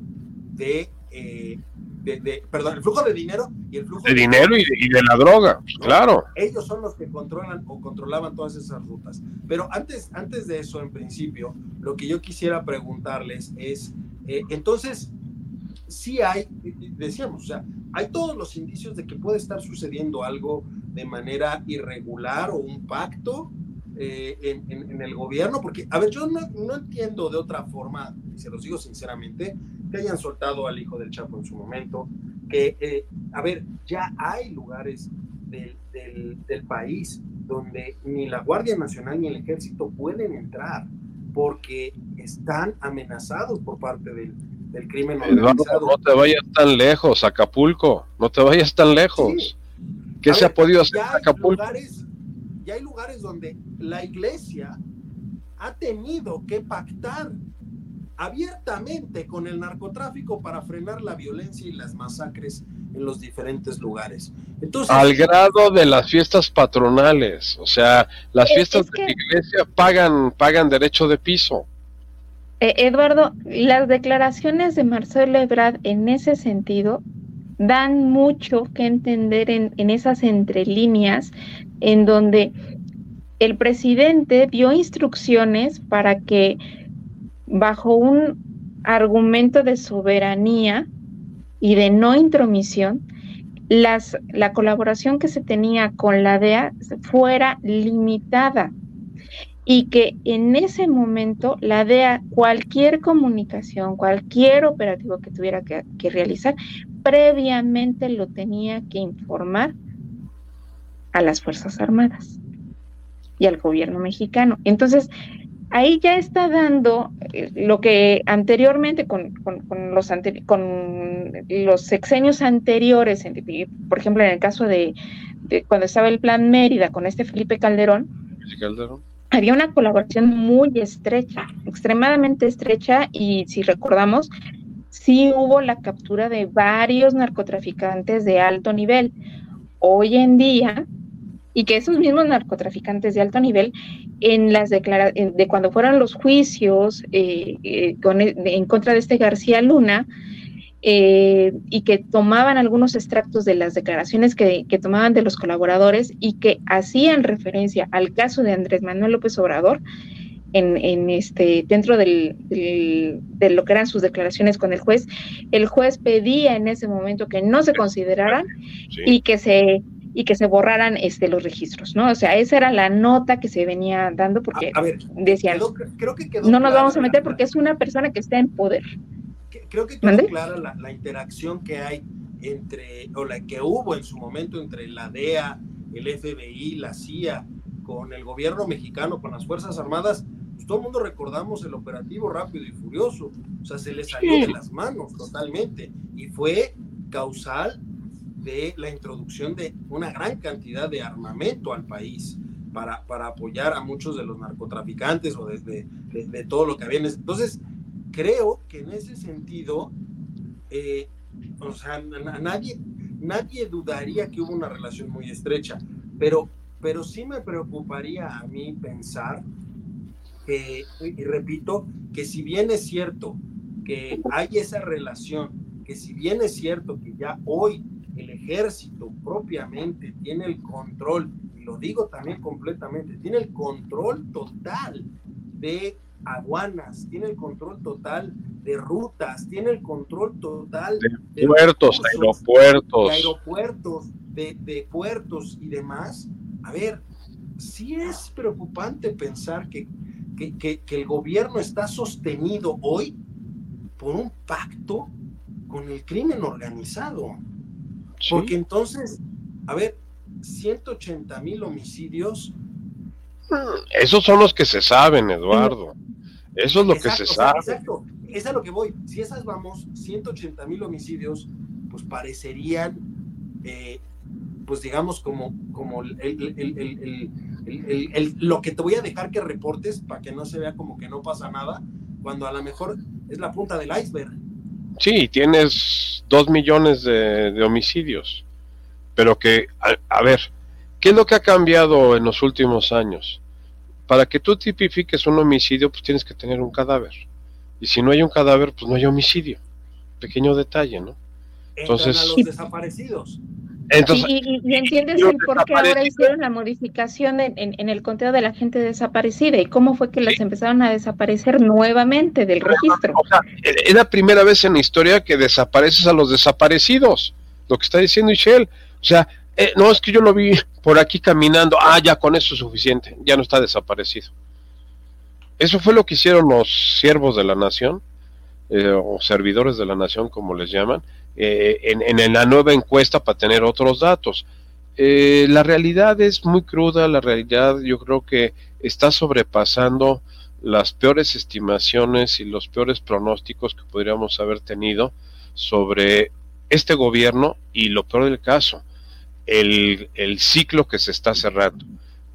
el flujo de dinero y el flujo de dinero y de la droga, ¿no? Claro. Ellos son los que controlan o controlaban todas esas rutas. Pero antes de eso, en principio, lo que yo quisiera preguntarles es, entonces, sí hay, decíamos, o sea, hay todos los indicios de que puede estar sucediendo algo de manera irregular o un pacto en el gobierno, porque, a ver, yo no entiendo de otra forma, y se los digo sinceramente, que hayan soltado al hijo del Chapo en su momento, que, a ver, ya hay lugares del país donde ni la Guardia Nacional ni el Ejército pueden entrar porque están amenazados por parte del crimen organizado. Eduardo, no te vayas tan lejos, Acapulco, no te vayas tan lejos. Sí. ¿Qué se ha podido hacer en Acapulco? Ya hay lugares donde la iglesia ha tenido que pactar abiertamente con el narcotráfico para frenar la violencia y las masacres en los diferentes lugares. Entonces, al grado de las fiestas patronales, o sea, las fiestas de la iglesia pagan derecho de piso. Eduardo, las declaraciones de Marcelo Ebrard en ese sentido dan mucho que entender en esas entrelíneas en donde el presidente dio instrucciones para que bajo un argumento de soberanía y de no intromisión, la colaboración que se tenía con la DEA fuera limitada y que en ese momento la DEA, cualquier comunicación, cualquier operativo que tuviera que realizar, previamente lo tenía que informar a las Fuerzas Armadas y al gobierno mexicano. Entonces, ahí ya está dando lo que anteriormente con los sexenios anteriores, por ejemplo, en el caso de cuando estaba el Plan Mérida con Felipe Calderón, había una colaboración muy estrecha, extremadamente estrecha, y si recordamos, sí hubo la captura de varios narcotraficantes de alto nivel. Hoy en día, y que esos mismos narcotraficantes de alto nivel, en las de cuando fueron los juicios en contra de García Luna, y que tomaban algunos extractos de las declaraciones que tomaban de los colaboradores y que hacían referencia al caso de Andrés Manuel López Obrador dentro de lo que eran sus declaraciones con el juez pedía en ese momento que no se consideraran, sí, y que se borraran los registros, ¿no? O sea, esa era la nota que se venía dando, porque decían, creo que no nos vamos a meter porque es una persona que está en poder. Creo que quedó clara la interacción que hay la que hubo en su momento entre la DEA, el FBI, la CIA, con el gobierno mexicano, con las Fuerzas Armadas. Pues todo el mundo recordamos el operativo Rápido y Furioso. O sea, se le salió de las manos totalmente y fue causal de la introducción de una gran cantidad de armamento al país para apoyar a muchos de los narcotraficantes o de todo lo que había. Entonces, creo que en ese sentido, o sea, nadie dudaría que hubo una relación muy estrecha, pero sí me preocuparía a mí pensar que, y repito, que si bien es cierto que hay esa relación, que si bien es cierto que ya hoy el ejército propiamente tiene el control, y lo digo también completamente, tiene el control total de aduanas, tiene el control total de rutas, tiene el control total de puertos, aeropuertos, de puertos y demás. a ver, sí es preocupante pensar que el gobierno está sostenido hoy por un pacto con el crimen organizado. ¿Sí? Porque entonces, a ver, 180,000 homicidios. Esos son los que se saben, Eduardo. Eso es lo que se sabe. Exacto, es a lo que voy. Si esas vamos, 180,000 homicidios, pues parecerían, pues digamos, como lo que te voy a dejar que reportes para que no se vea como que no pasa nada, cuando a lo mejor es la punta del iceberg. Sí, tienes 2 millones de homicidios, pero que, a ver, ¿qué es lo que ha cambiado en los últimos años? Para que tú tipifiques un homicidio, pues tienes que tener un cadáver, y si no hay un cadáver, pues no hay homicidio. Pequeño detalle, ¿no? Entonces, a los desaparecidos. Entonces, y entiendes el por qué ahora hicieron la modificación en el conteo de la gente desaparecida y cómo fue que las empezaron a desaparecer nuevamente del registro. O sea, es la primera vez en la historia que desapareces a los desaparecidos, lo que está diciendo Ixchel. O sea, no, es que yo lo vi por aquí caminando, ya con eso es suficiente, ya no está desaparecido. Eso fue lo que hicieron los siervos de la nación, o servidores de la nación, como les llaman, en la nueva encuesta para tener otros datos. La realidad es muy cruda, la realidad yo creo que está sobrepasando las peores estimaciones y los peores pronósticos que podríamos haber tenido sobre este gobierno, y lo peor del caso, el ciclo que se está cerrando.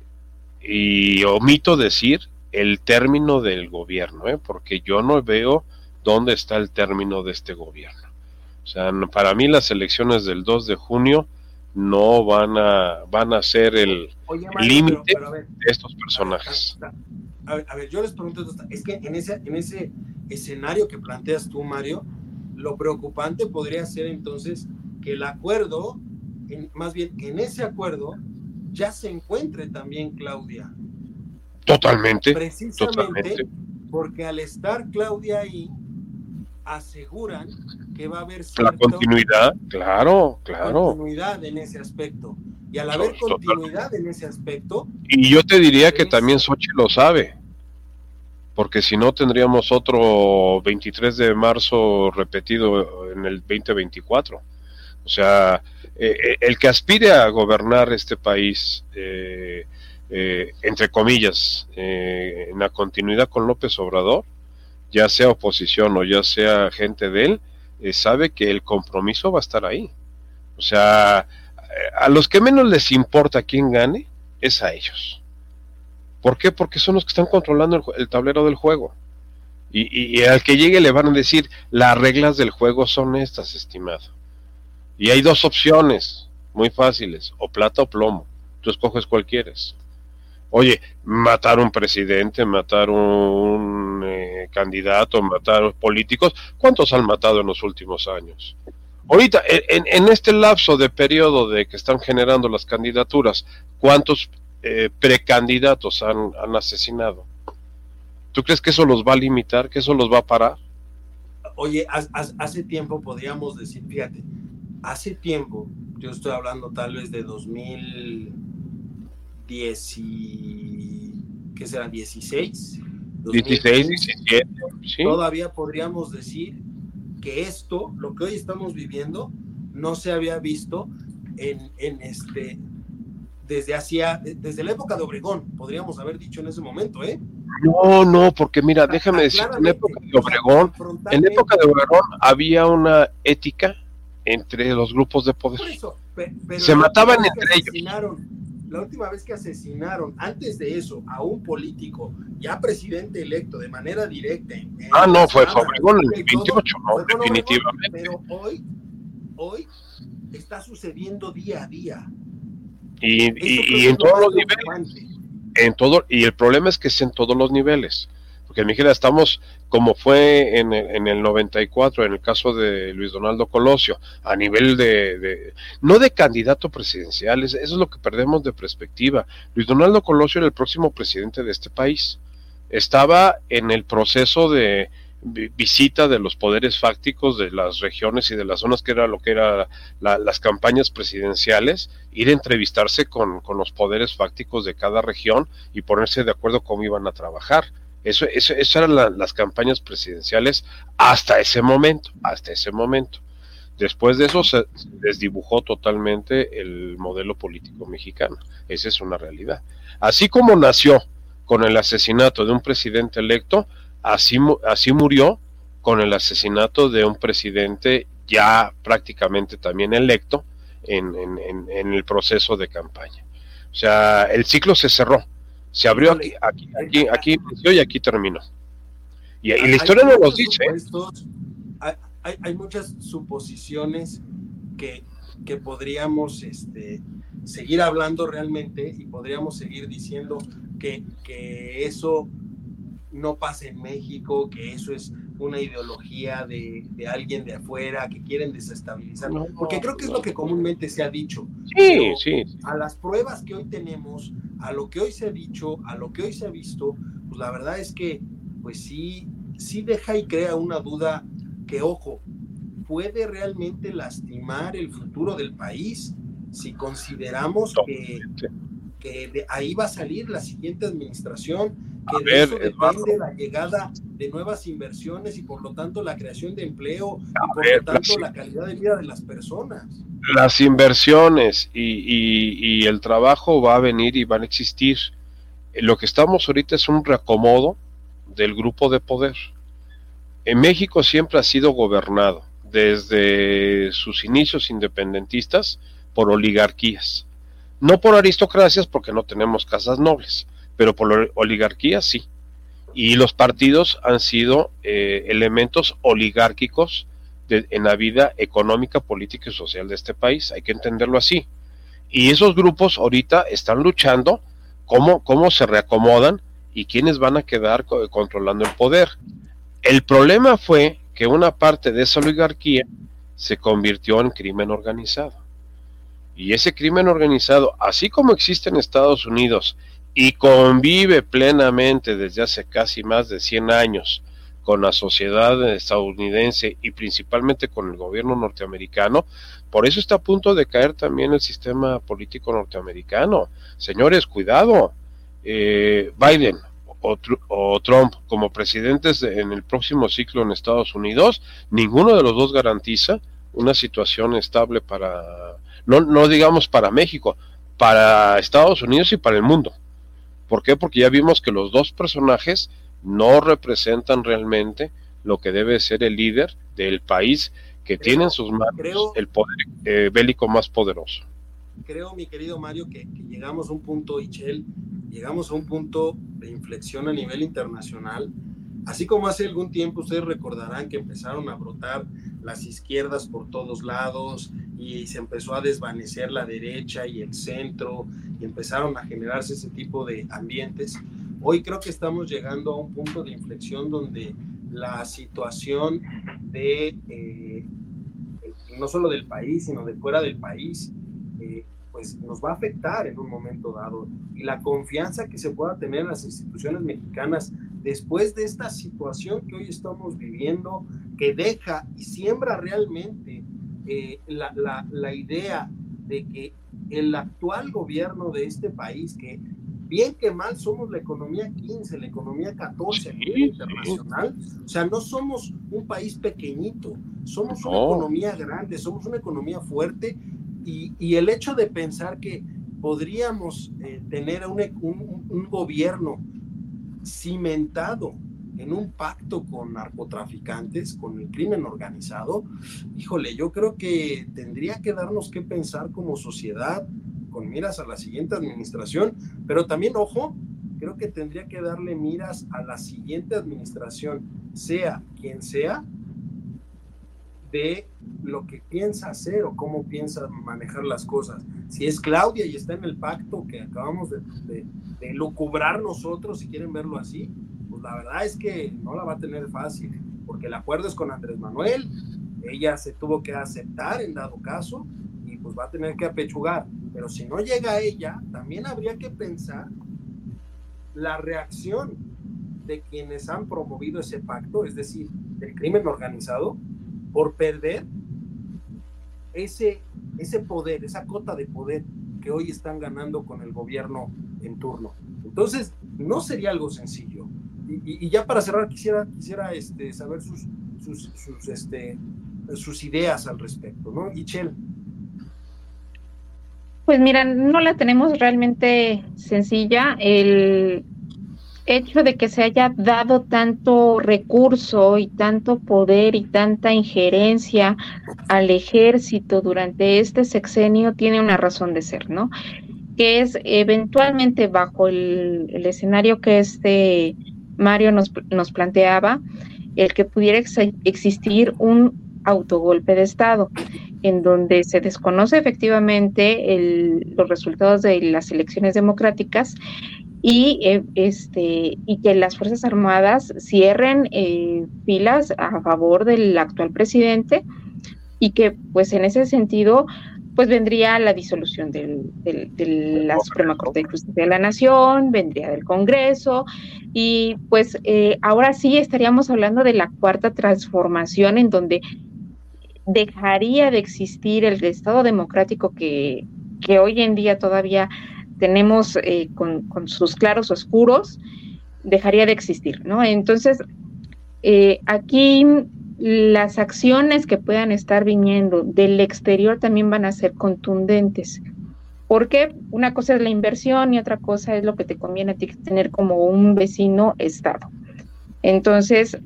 Y omito decir el término del gobierno, porque yo no veo dónde está el término de este gobierno. O sea, para mí las elecciones del 2 de junio no van a ser el límite de estos personajes. A ver, yo les pregunto, es que en ese escenario que planteas tú, Mario, lo preocupante podría ser entonces que el acuerdo, más bien que en ese acuerdo ya se encuentre también Claudia. Totalmente. Precisamente porque al estar Claudia ahí, aseguran que va a haber la continuidad, claro. Continuidad en ese aspecto. Y al haber continuidad en ese aspecto... Y yo te diría que también Xochitl lo sabe, porque si no tendríamos otro 23 de marzo repetido en el 2024. O sea, el que aspire a gobernar este país, entre comillas, en la continuidad con López Obrador, ya sea oposición o ya sea gente de él, sabe que el compromiso va a estar ahí. O sea, a los que menos les importa quién gane es a ellos. ¿Por qué? Porque son los que están controlando el tablero del juego. Y al que llegue le van a decir, las reglas del juego son estas, estimado. Y hay 2 opciones muy fáciles, o plata o plomo. Tú escoges cuál quieres. Oye, matar un presidente, matar un candidato, matar políticos, ¿cuántos han matado en los últimos años? Ahorita, en este lapso de periodo de que están generando las candidaturas, ¿cuántos precandidatos han asesinado? ¿Tú crees que eso los va a limitar, que eso los va a parar? Oye, hace tiempo podríamos decir, fíjate, hace tiempo, yo estoy hablando tal vez de 2010 ¿qué será? 16, 17, sí. Todavía podríamos decir que esto, lo que hoy estamos viviendo, no se había visto desde la época de Obregón, podríamos haber dicho en ese momento, No, porque mira, déjame decir, en la época de Obregón había una ética entre los grupos de poder. Por eso, pero se mataban entre ellos. La última vez que asesinaron, antes de eso, a un político ya presidente electo de manera directa. Fue Obregón en el 28, definitivamente. Pero hoy está sucediendo día a día. Y en todos los niveles. Y el problema es que es en todos los niveles. Porque Miguel, estamos como fue en el 94, en el caso de Luis Donaldo Colosio, a nivel no de candidato presidencial, eso es lo que perdemos de perspectiva. Luis Donaldo Colosio era el próximo presidente de este país. Estaba en el proceso de visita de los poderes fácticos de las regiones y de las zonas, que era lo que era las campañas presidenciales, ir a entrevistarse con los poderes fácticos de cada región y ponerse de acuerdo cómo iban a trabajar. Eso eran las campañas presidenciales hasta ese momento. Después de eso se desdibujó totalmente el modelo político mexicano. Esa es una realidad. Así como nació con el asesinato de un presidente electo, así murió con el asesinato de un presidente ya prácticamente también electo en el proceso de campaña. O sea, el ciclo se cerró, se abrió aquí inició y aquí terminó. Y la historia no nos dice. Hay muchas suposiciones que podríamos seguir hablando realmente, y podríamos seguir diciendo que eso no pasa en México, que eso es una ideología de alguien de afuera, que quieren desestabilizar, porque creo que es lo que comúnmente se ha dicho. Sí. A las pruebas que hoy tenemos, a lo que hoy se ha dicho, a lo que hoy se ha visto, pues la verdad es que pues sí deja y crea una duda que, ojo, puede realmente lastimar el futuro del país si consideramos que de ahí va a salir la siguiente administración, que de eso depende la llegada de nuevas inversiones y por lo tanto la creación de empleo y por lo tanto la calidad de vida de las personas. Las inversiones y el trabajo va a venir y van a existir. Lo que estamos ahorita es un reacomodo del grupo de poder. En México siempre ha sido gobernado desde sus inicios independentistas por oligarquías, no por aristocracias porque no tenemos casas nobles, pero por oligarquías sí, y los partidos han sido elementos oligárquicos en la vida económica, política y social de este país, hay que entenderlo así, y esos grupos ahorita están luchando cómo se reacomodan y quiénes van a quedar controlando el poder. El problema fue que una parte de esa oligarquía se convirtió en crimen organizado. Y ese crimen organizado, así como existe en Estados Unidos y convive plenamente desde hace casi más de 100 años con la sociedad estadounidense y principalmente con el gobierno norteamericano, por eso está a punto de caer también el sistema político norteamericano. Señores, cuidado. Biden o Trump como presidentes en el próximo ciclo en Estados Unidos, ninguno de los dos garantiza una situación estable para, no digamos para México, para Estados Unidos y para el mundo. ¿Por qué? Porque ya vimos que los dos personajes no representan realmente lo que debe ser el líder del país que tiene en sus manos el poder bélico más poderoso. Creo, mi querido Mario, que llegamos a un punto, Ichel, llegamos a un punto de inflexión a nivel internacional. Así como hace algún tiempo ustedes recordarán que empezaron a brotar las izquierdas por todos lados y se empezó a desvanecer la derecha y el centro y empezaron a generarse ese tipo de ambientes. Hoy creo que estamos llegando a un punto de inflexión donde la situación de no solo del país, sino de fuera del país, pues nos va a afectar en un momento dado, y la confianza que se pueda tener en las instituciones mexicanas después de esta situación que hoy estamos viviendo, que deja y siembra realmente la idea de que el actual gobierno de este país, que bien que mal somos la economía 15, la economía 14 a nivel internacional, o sea, no somos un país pequeñito, somos una economía grande, somos una economía fuerte. Y el hecho de pensar que podríamos tener un gobierno cimentado en un pacto con narcotraficantes, con el crimen organizado, híjole, yo creo que tendría que darnos que pensar como sociedad, con miras a la siguiente administración, pero también, ojo, creo que tendría que darle miras a la siguiente administración, sea quien sea, de lo que piensa hacer o cómo piensa manejar las cosas. Si es Claudia y está en el pacto que acabamos de lucubrar nosotros, si quieren verlo así, pues la verdad es que no la va a tener fácil, porque el acuerdo es con Andrés Manuel, ella se tuvo que aceptar en dado caso, y pues va a tener que apechugar, pero si no llega ella, también habría que pensar la reacción de quienes han promovido ese pacto, es decir, del crimen organizado, por perder ese poder, esa cota de poder que hoy están ganando con el gobierno en turno. Entonces, no sería algo sencillo. Y ya para cerrar, quisiera saber sus ideas al respecto, ¿no? Itchel. Pues mira, no la tenemos realmente sencilla. El hecho de que se haya dado tanto recurso y tanto poder y tanta injerencia al ejército durante este sexenio tiene una razón de ser, ¿no? Que es eventualmente bajo el escenario que Mario nos planteaba, el que pudiera existir un autogolpe de Estado, en donde se desconoce efectivamente los resultados de las elecciones democráticas y que las Fuerzas Armadas cierren filas a favor del actual presidente y que pues en ese sentido pues vendría la disolución de la Suprema Corte de Justicia de la Nación, vendría del Congreso, y pues ahora sí estaríamos hablando de la cuarta transformación, en donde dejaría de existir el Estado democrático que hoy en día todavía tenemos con sus claros oscuros, dejaría de existir, ¿no? Entonces, aquí las acciones que puedan estar viniendo del exterior también van a ser contundentes, porque una cosa es la inversión y otra cosa es lo que te conviene a ti tener como un vecino estado. Entonces,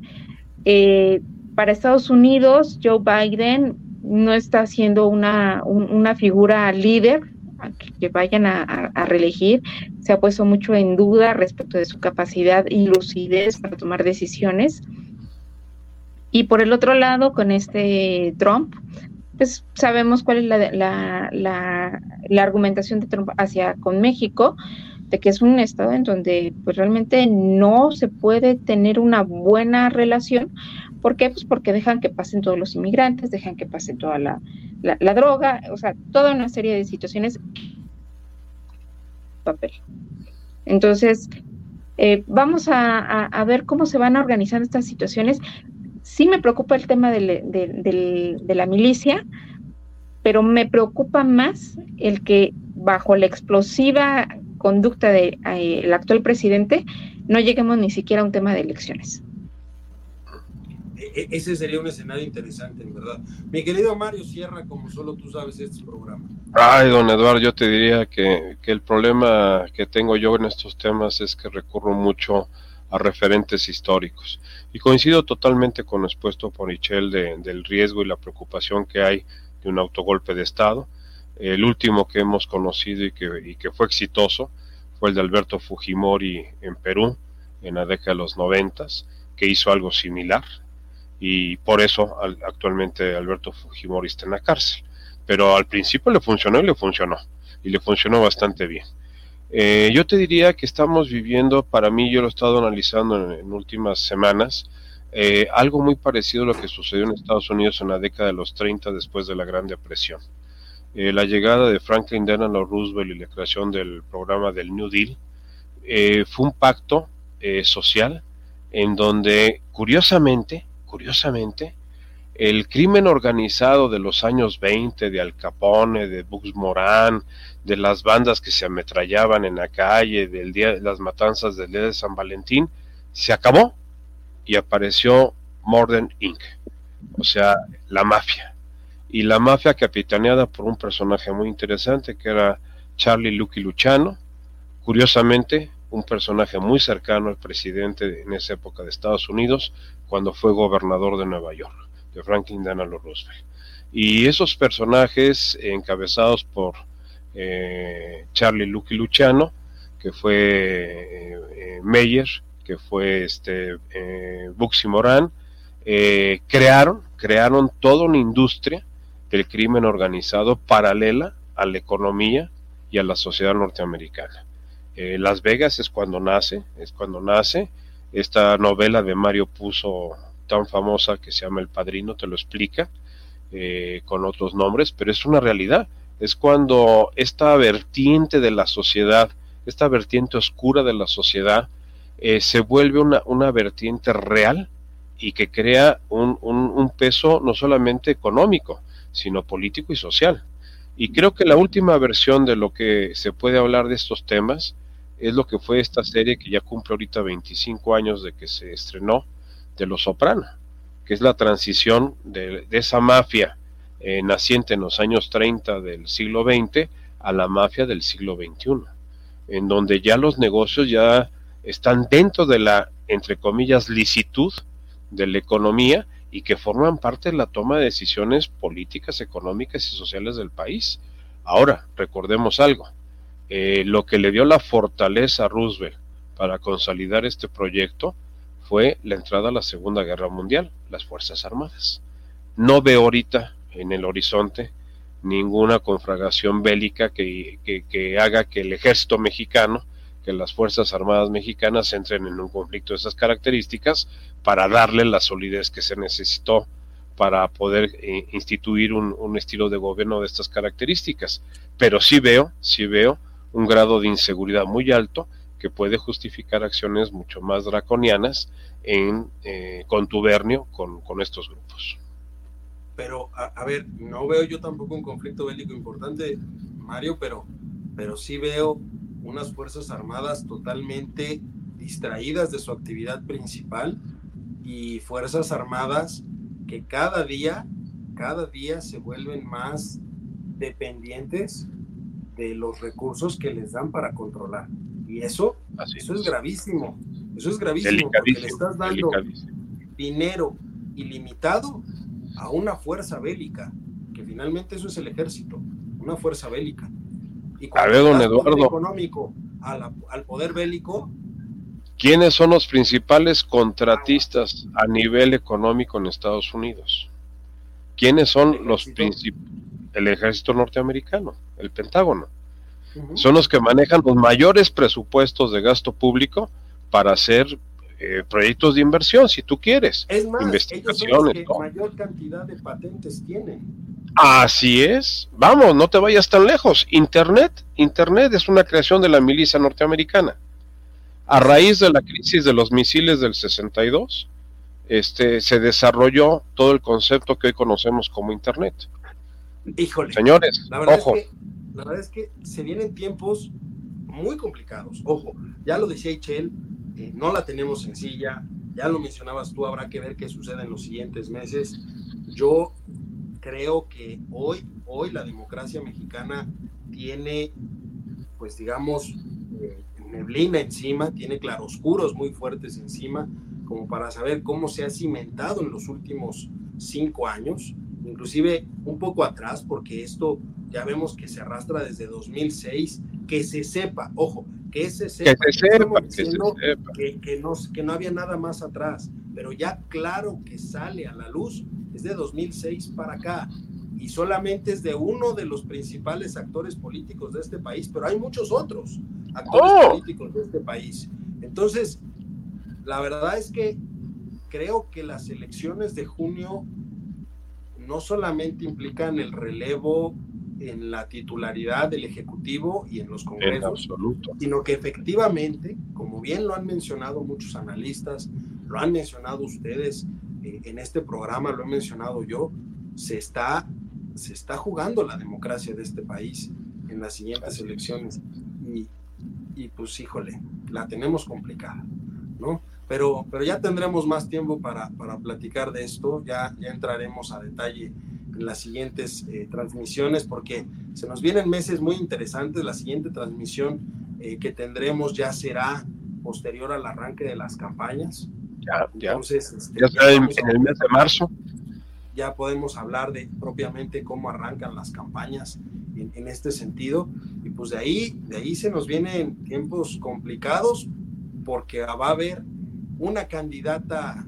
para Estados Unidos, Joe Biden no está siendo una figura líder que vayan a reelegir. Se ha puesto mucho en duda respecto de su capacidad y lucidez para tomar decisiones. Y por el otro lado, con Trump, pues sabemos cuál es la argumentación de Trump con México, de que es un estado en donde pues realmente no se puede tener una buena relación. ¿Por qué? Pues porque dejan que pasen todos los inmigrantes, dejan que pase toda la droga, o sea, toda una serie de situaciones. Papel. Entonces, vamos a ver cómo se van organizando estas situaciones. Sí me preocupa el tema de la milicia, pero me preocupa más el que bajo la explosiva conducta del actual presidente no lleguemos ni siquiera a un tema de elecciones. Ese sería un escenario interesante, en verdad. Mi querido Mario, cierra como solo tú sabes este programa. Ay, don Eduardo, yo te diría que el problema que tengo yo en estos temas es que recurro mucho a referentes históricos. Y coincido totalmente con lo expuesto por Itchel del riesgo y la preocupación que hay de un autogolpe de Estado. El último que hemos conocido y que fue exitoso fue el de Alberto Fujimori en Perú, en la década de los 90, que hizo algo similar, y por eso actualmente Alberto Fujimori está en la cárcel. Pero al principio le funcionó, y le funcionó bastante bien. Yo te diría que estamos viviendo, para mí, yo lo he estado analizando en últimas semanas, algo muy parecido a lo que sucedió en Estados Unidos en la década de los 30 después de la Gran Depresión. La llegada de Franklin Delano Roosevelt y la creación del programa del New Deal fue un pacto social en donde, curiosamente, el crimen organizado de los años 20, de Al Capone, de Bugs Moran, de las bandas que se ametrallaban en la calle, las matanzas del día de San Valentín, se acabó y apareció Modern Inc., o sea, la mafia. Y la mafia capitaneada por un personaje muy interesante que era Charlie Lucky Luciano, curiosamente un personaje muy cercano al presidente en esa época de Estados Unidos, cuando fue gobernador de Nueva York, de Franklin Delano Roosevelt. Y esos personajes encabezados por Charlie Lucky Luciano, que fue Meyer, que fue Bugsy Moran, crearon toda una industria del crimen organizado paralela a la economía y a la sociedad norteamericana. Las Vegas es cuando nace esta novela de Mario Puzo tan famosa que se llama El Padrino, te lo explica con otros nombres, pero es una realidad. Es cuando esta vertiente de la sociedad, esta vertiente oscura de la sociedad se vuelve una vertiente real y que crea un peso no solamente económico, sino político y social. Y creo que la última versión de lo que se puede hablar de estos temas es lo que fue esta serie que ya cumple ahorita 25 años de que se estrenó, de Los Soprano, que es la transición de esa mafia naciente en los años 30 del siglo XX a la mafia del siglo XXI, en donde ya los negocios ya están dentro de la, entre comillas, licitud de la economía y que forman parte de la toma de decisiones políticas, económicas y sociales del país. Ahora, recordemos algo, lo que le dio la fortaleza a Roosevelt para consolidar este proyecto fue la entrada a la Segunda Guerra Mundial, las Fuerzas Armadas. No veo ahorita en el horizonte ninguna conflagración bélica que haga que el ejército mexicano, que las Fuerzas Armadas mexicanas entren en un conflicto de esas características para darle la solidez que se necesitó para poder instituir un estilo de gobierno de estas características. Pero sí veo un grado de inseguridad muy alto que puede justificar acciones mucho más draconianas en contubernio con estos grupos. Pero, a ver, no veo yo tampoco un conflicto bélico importante, Mario, pero sí veo unas Fuerzas Armadas totalmente distraídas de su actividad principal y Fuerzas Armadas que cada día se vuelven más dependientes de los recursos que les dan para controlar. Y eso es gravísimo. Eso es gravísimo porque le estás dando dinero ilimitado a una fuerza bélica, que finalmente eso es el ejército, una fuerza bélica. Y cuando le das poder económico al poder bélico, ¿quiénes son los principales contratistas a nivel económico en Estados Unidos? ¿Quiénes son los principales? El ejército norteamericano, el Pentágono. Son los que manejan los mayores presupuestos de gasto público para hacer proyectos de inversión, si tú quieres. Es más, investigaciones, ellos son los que mayor cantidad de patentes tienen. Así es. Vamos, no te vayas tan lejos. Internet es una creación de la milicia norteamericana. A raíz de la crisis de los misiles del 62, se desarrolló todo el concepto que hoy conocemos como Internet. Híjole, señores, ojo. La verdad es que se vienen tiempos muy complicados. Ojo, ya lo decía Ichel, no la tenemos sencilla, ya lo mencionabas tú, habrá que ver qué sucede en los siguientes meses. Yo creo que hoy la democracia mexicana tiene, pues digamos, neblina encima, tiene claroscuros muy fuertes encima, como para saber cómo se ha cimentado en los últimos 5 años, inclusive un poco atrás, porque esto ya vemos que se arrastra desde 2006, que se sepa, ojo, que se sepa, que no había nada más atrás, pero ya claro que sale a la luz, es de 2006 para acá, y solamente es de uno de los principales actores políticos de este país, pero hay muchos otros actores políticos de este país. Entonces, la verdad es que creo que las elecciones de junio no solamente implican el relevo en la titularidad del Ejecutivo y en los congresos, sino que efectivamente, como bien lo han mencionado muchos analistas, lo han mencionado ustedes en este programa, lo he mencionado yo, se está jugando la democracia de este país en las siguientes elecciones y pues híjole, la tenemos complicada, ¿no? Pero ya tendremos más tiempo para platicar de esto, ya entraremos a detalle en las siguientes transmisiones, porque se nos vienen meses muy interesantes. La siguiente transmisión que tendremos ya será posterior al arranque de las campañas. Entonces, ya será en el mes de marzo. Ya podemos hablar de propiamente cómo arrancan las campañas en este sentido, y pues de ahí se nos vienen tiempos complicados, porque va a haber una candidata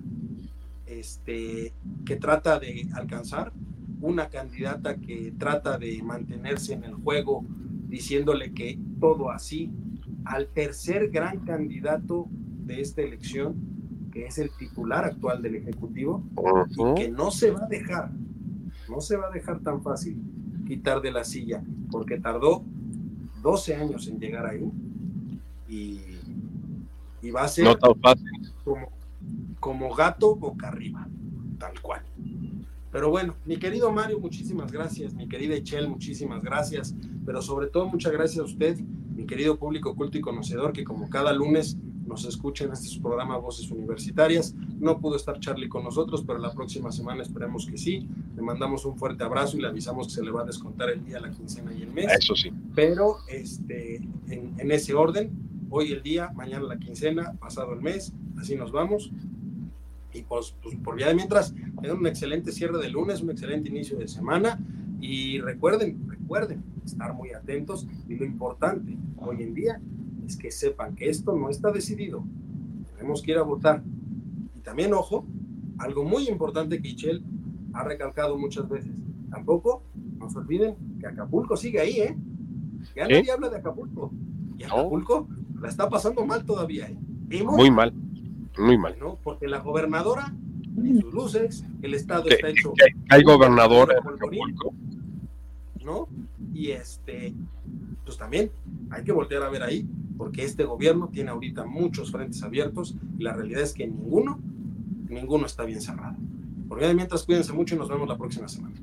que trata de alcanzar, una candidata que trata de mantenerse en el juego, diciéndole que todo así, al tercer gran candidato de esta elección, que es el titular actual del Ejecutivo, y que no se va a dejar tan fácil quitar de la silla, porque tardó 12 años en llegar ahí, Y va a ser no tan fácil. Como gato boca arriba, tal cual. Pero bueno, mi querido Mario, muchísimas gracias, mi querida Echel, muchísimas gracias, pero sobre todo muchas gracias a usted, mi querido público culto y conocedor, que como cada lunes nos escucha en este programa Voces Universitarias. No pudo estar Charlie con nosotros, pero la próxima semana esperemos que sí. Le mandamos un fuerte abrazo y le avisamos que se le va a descontar el día, la quincena y el mes. Eso sí. Pero en ese orden, hoy el día, mañana la quincena, pasado el mes, así nos vamos. Y pues por vía de mientras, tengan un excelente cierre de lunes, un excelente inicio de semana, y recuerden estar muy atentos, y lo importante hoy en día es que sepan que esto no está decidido, tenemos que ir a votar. Y también, ojo, algo muy importante que Ixchel ha recalcado muchas veces, tampoco nos olviden que Acapulco sigue ahí, ya nadie habla de Acapulco, y Acapulco la está pasando mal todavía, muy mal. Muy mal. ¿No? Porque la gobernadora y sus luces, el estado está hecho. Hay gobernadora en Acapulco, ¿no? Y pues también hay que voltear a ver ahí, porque este gobierno tiene ahorita muchos frentes abiertos y la realidad es que ninguno está bien cerrado. Por lo mientras, cuídense mucho y nos vemos la próxima semana.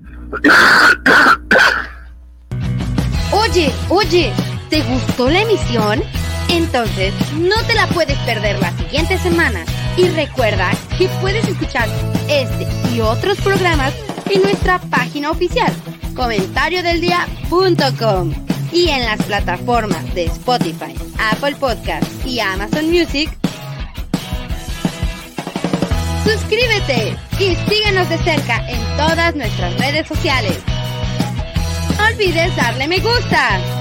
Oye, ¿te gustó la emisión? Entonces, no te la puedes perder la siguiente semana. Y recuerda que puedes escuchar este y otros programas en nuestra página oficial, comentariodeldia.com, y en las plataformas de Spotify, Apple Podcasts y Amazon Music. Suscríbete y síguenos de cerca en todas nuestras redes sociales. No olvides darle me gusta.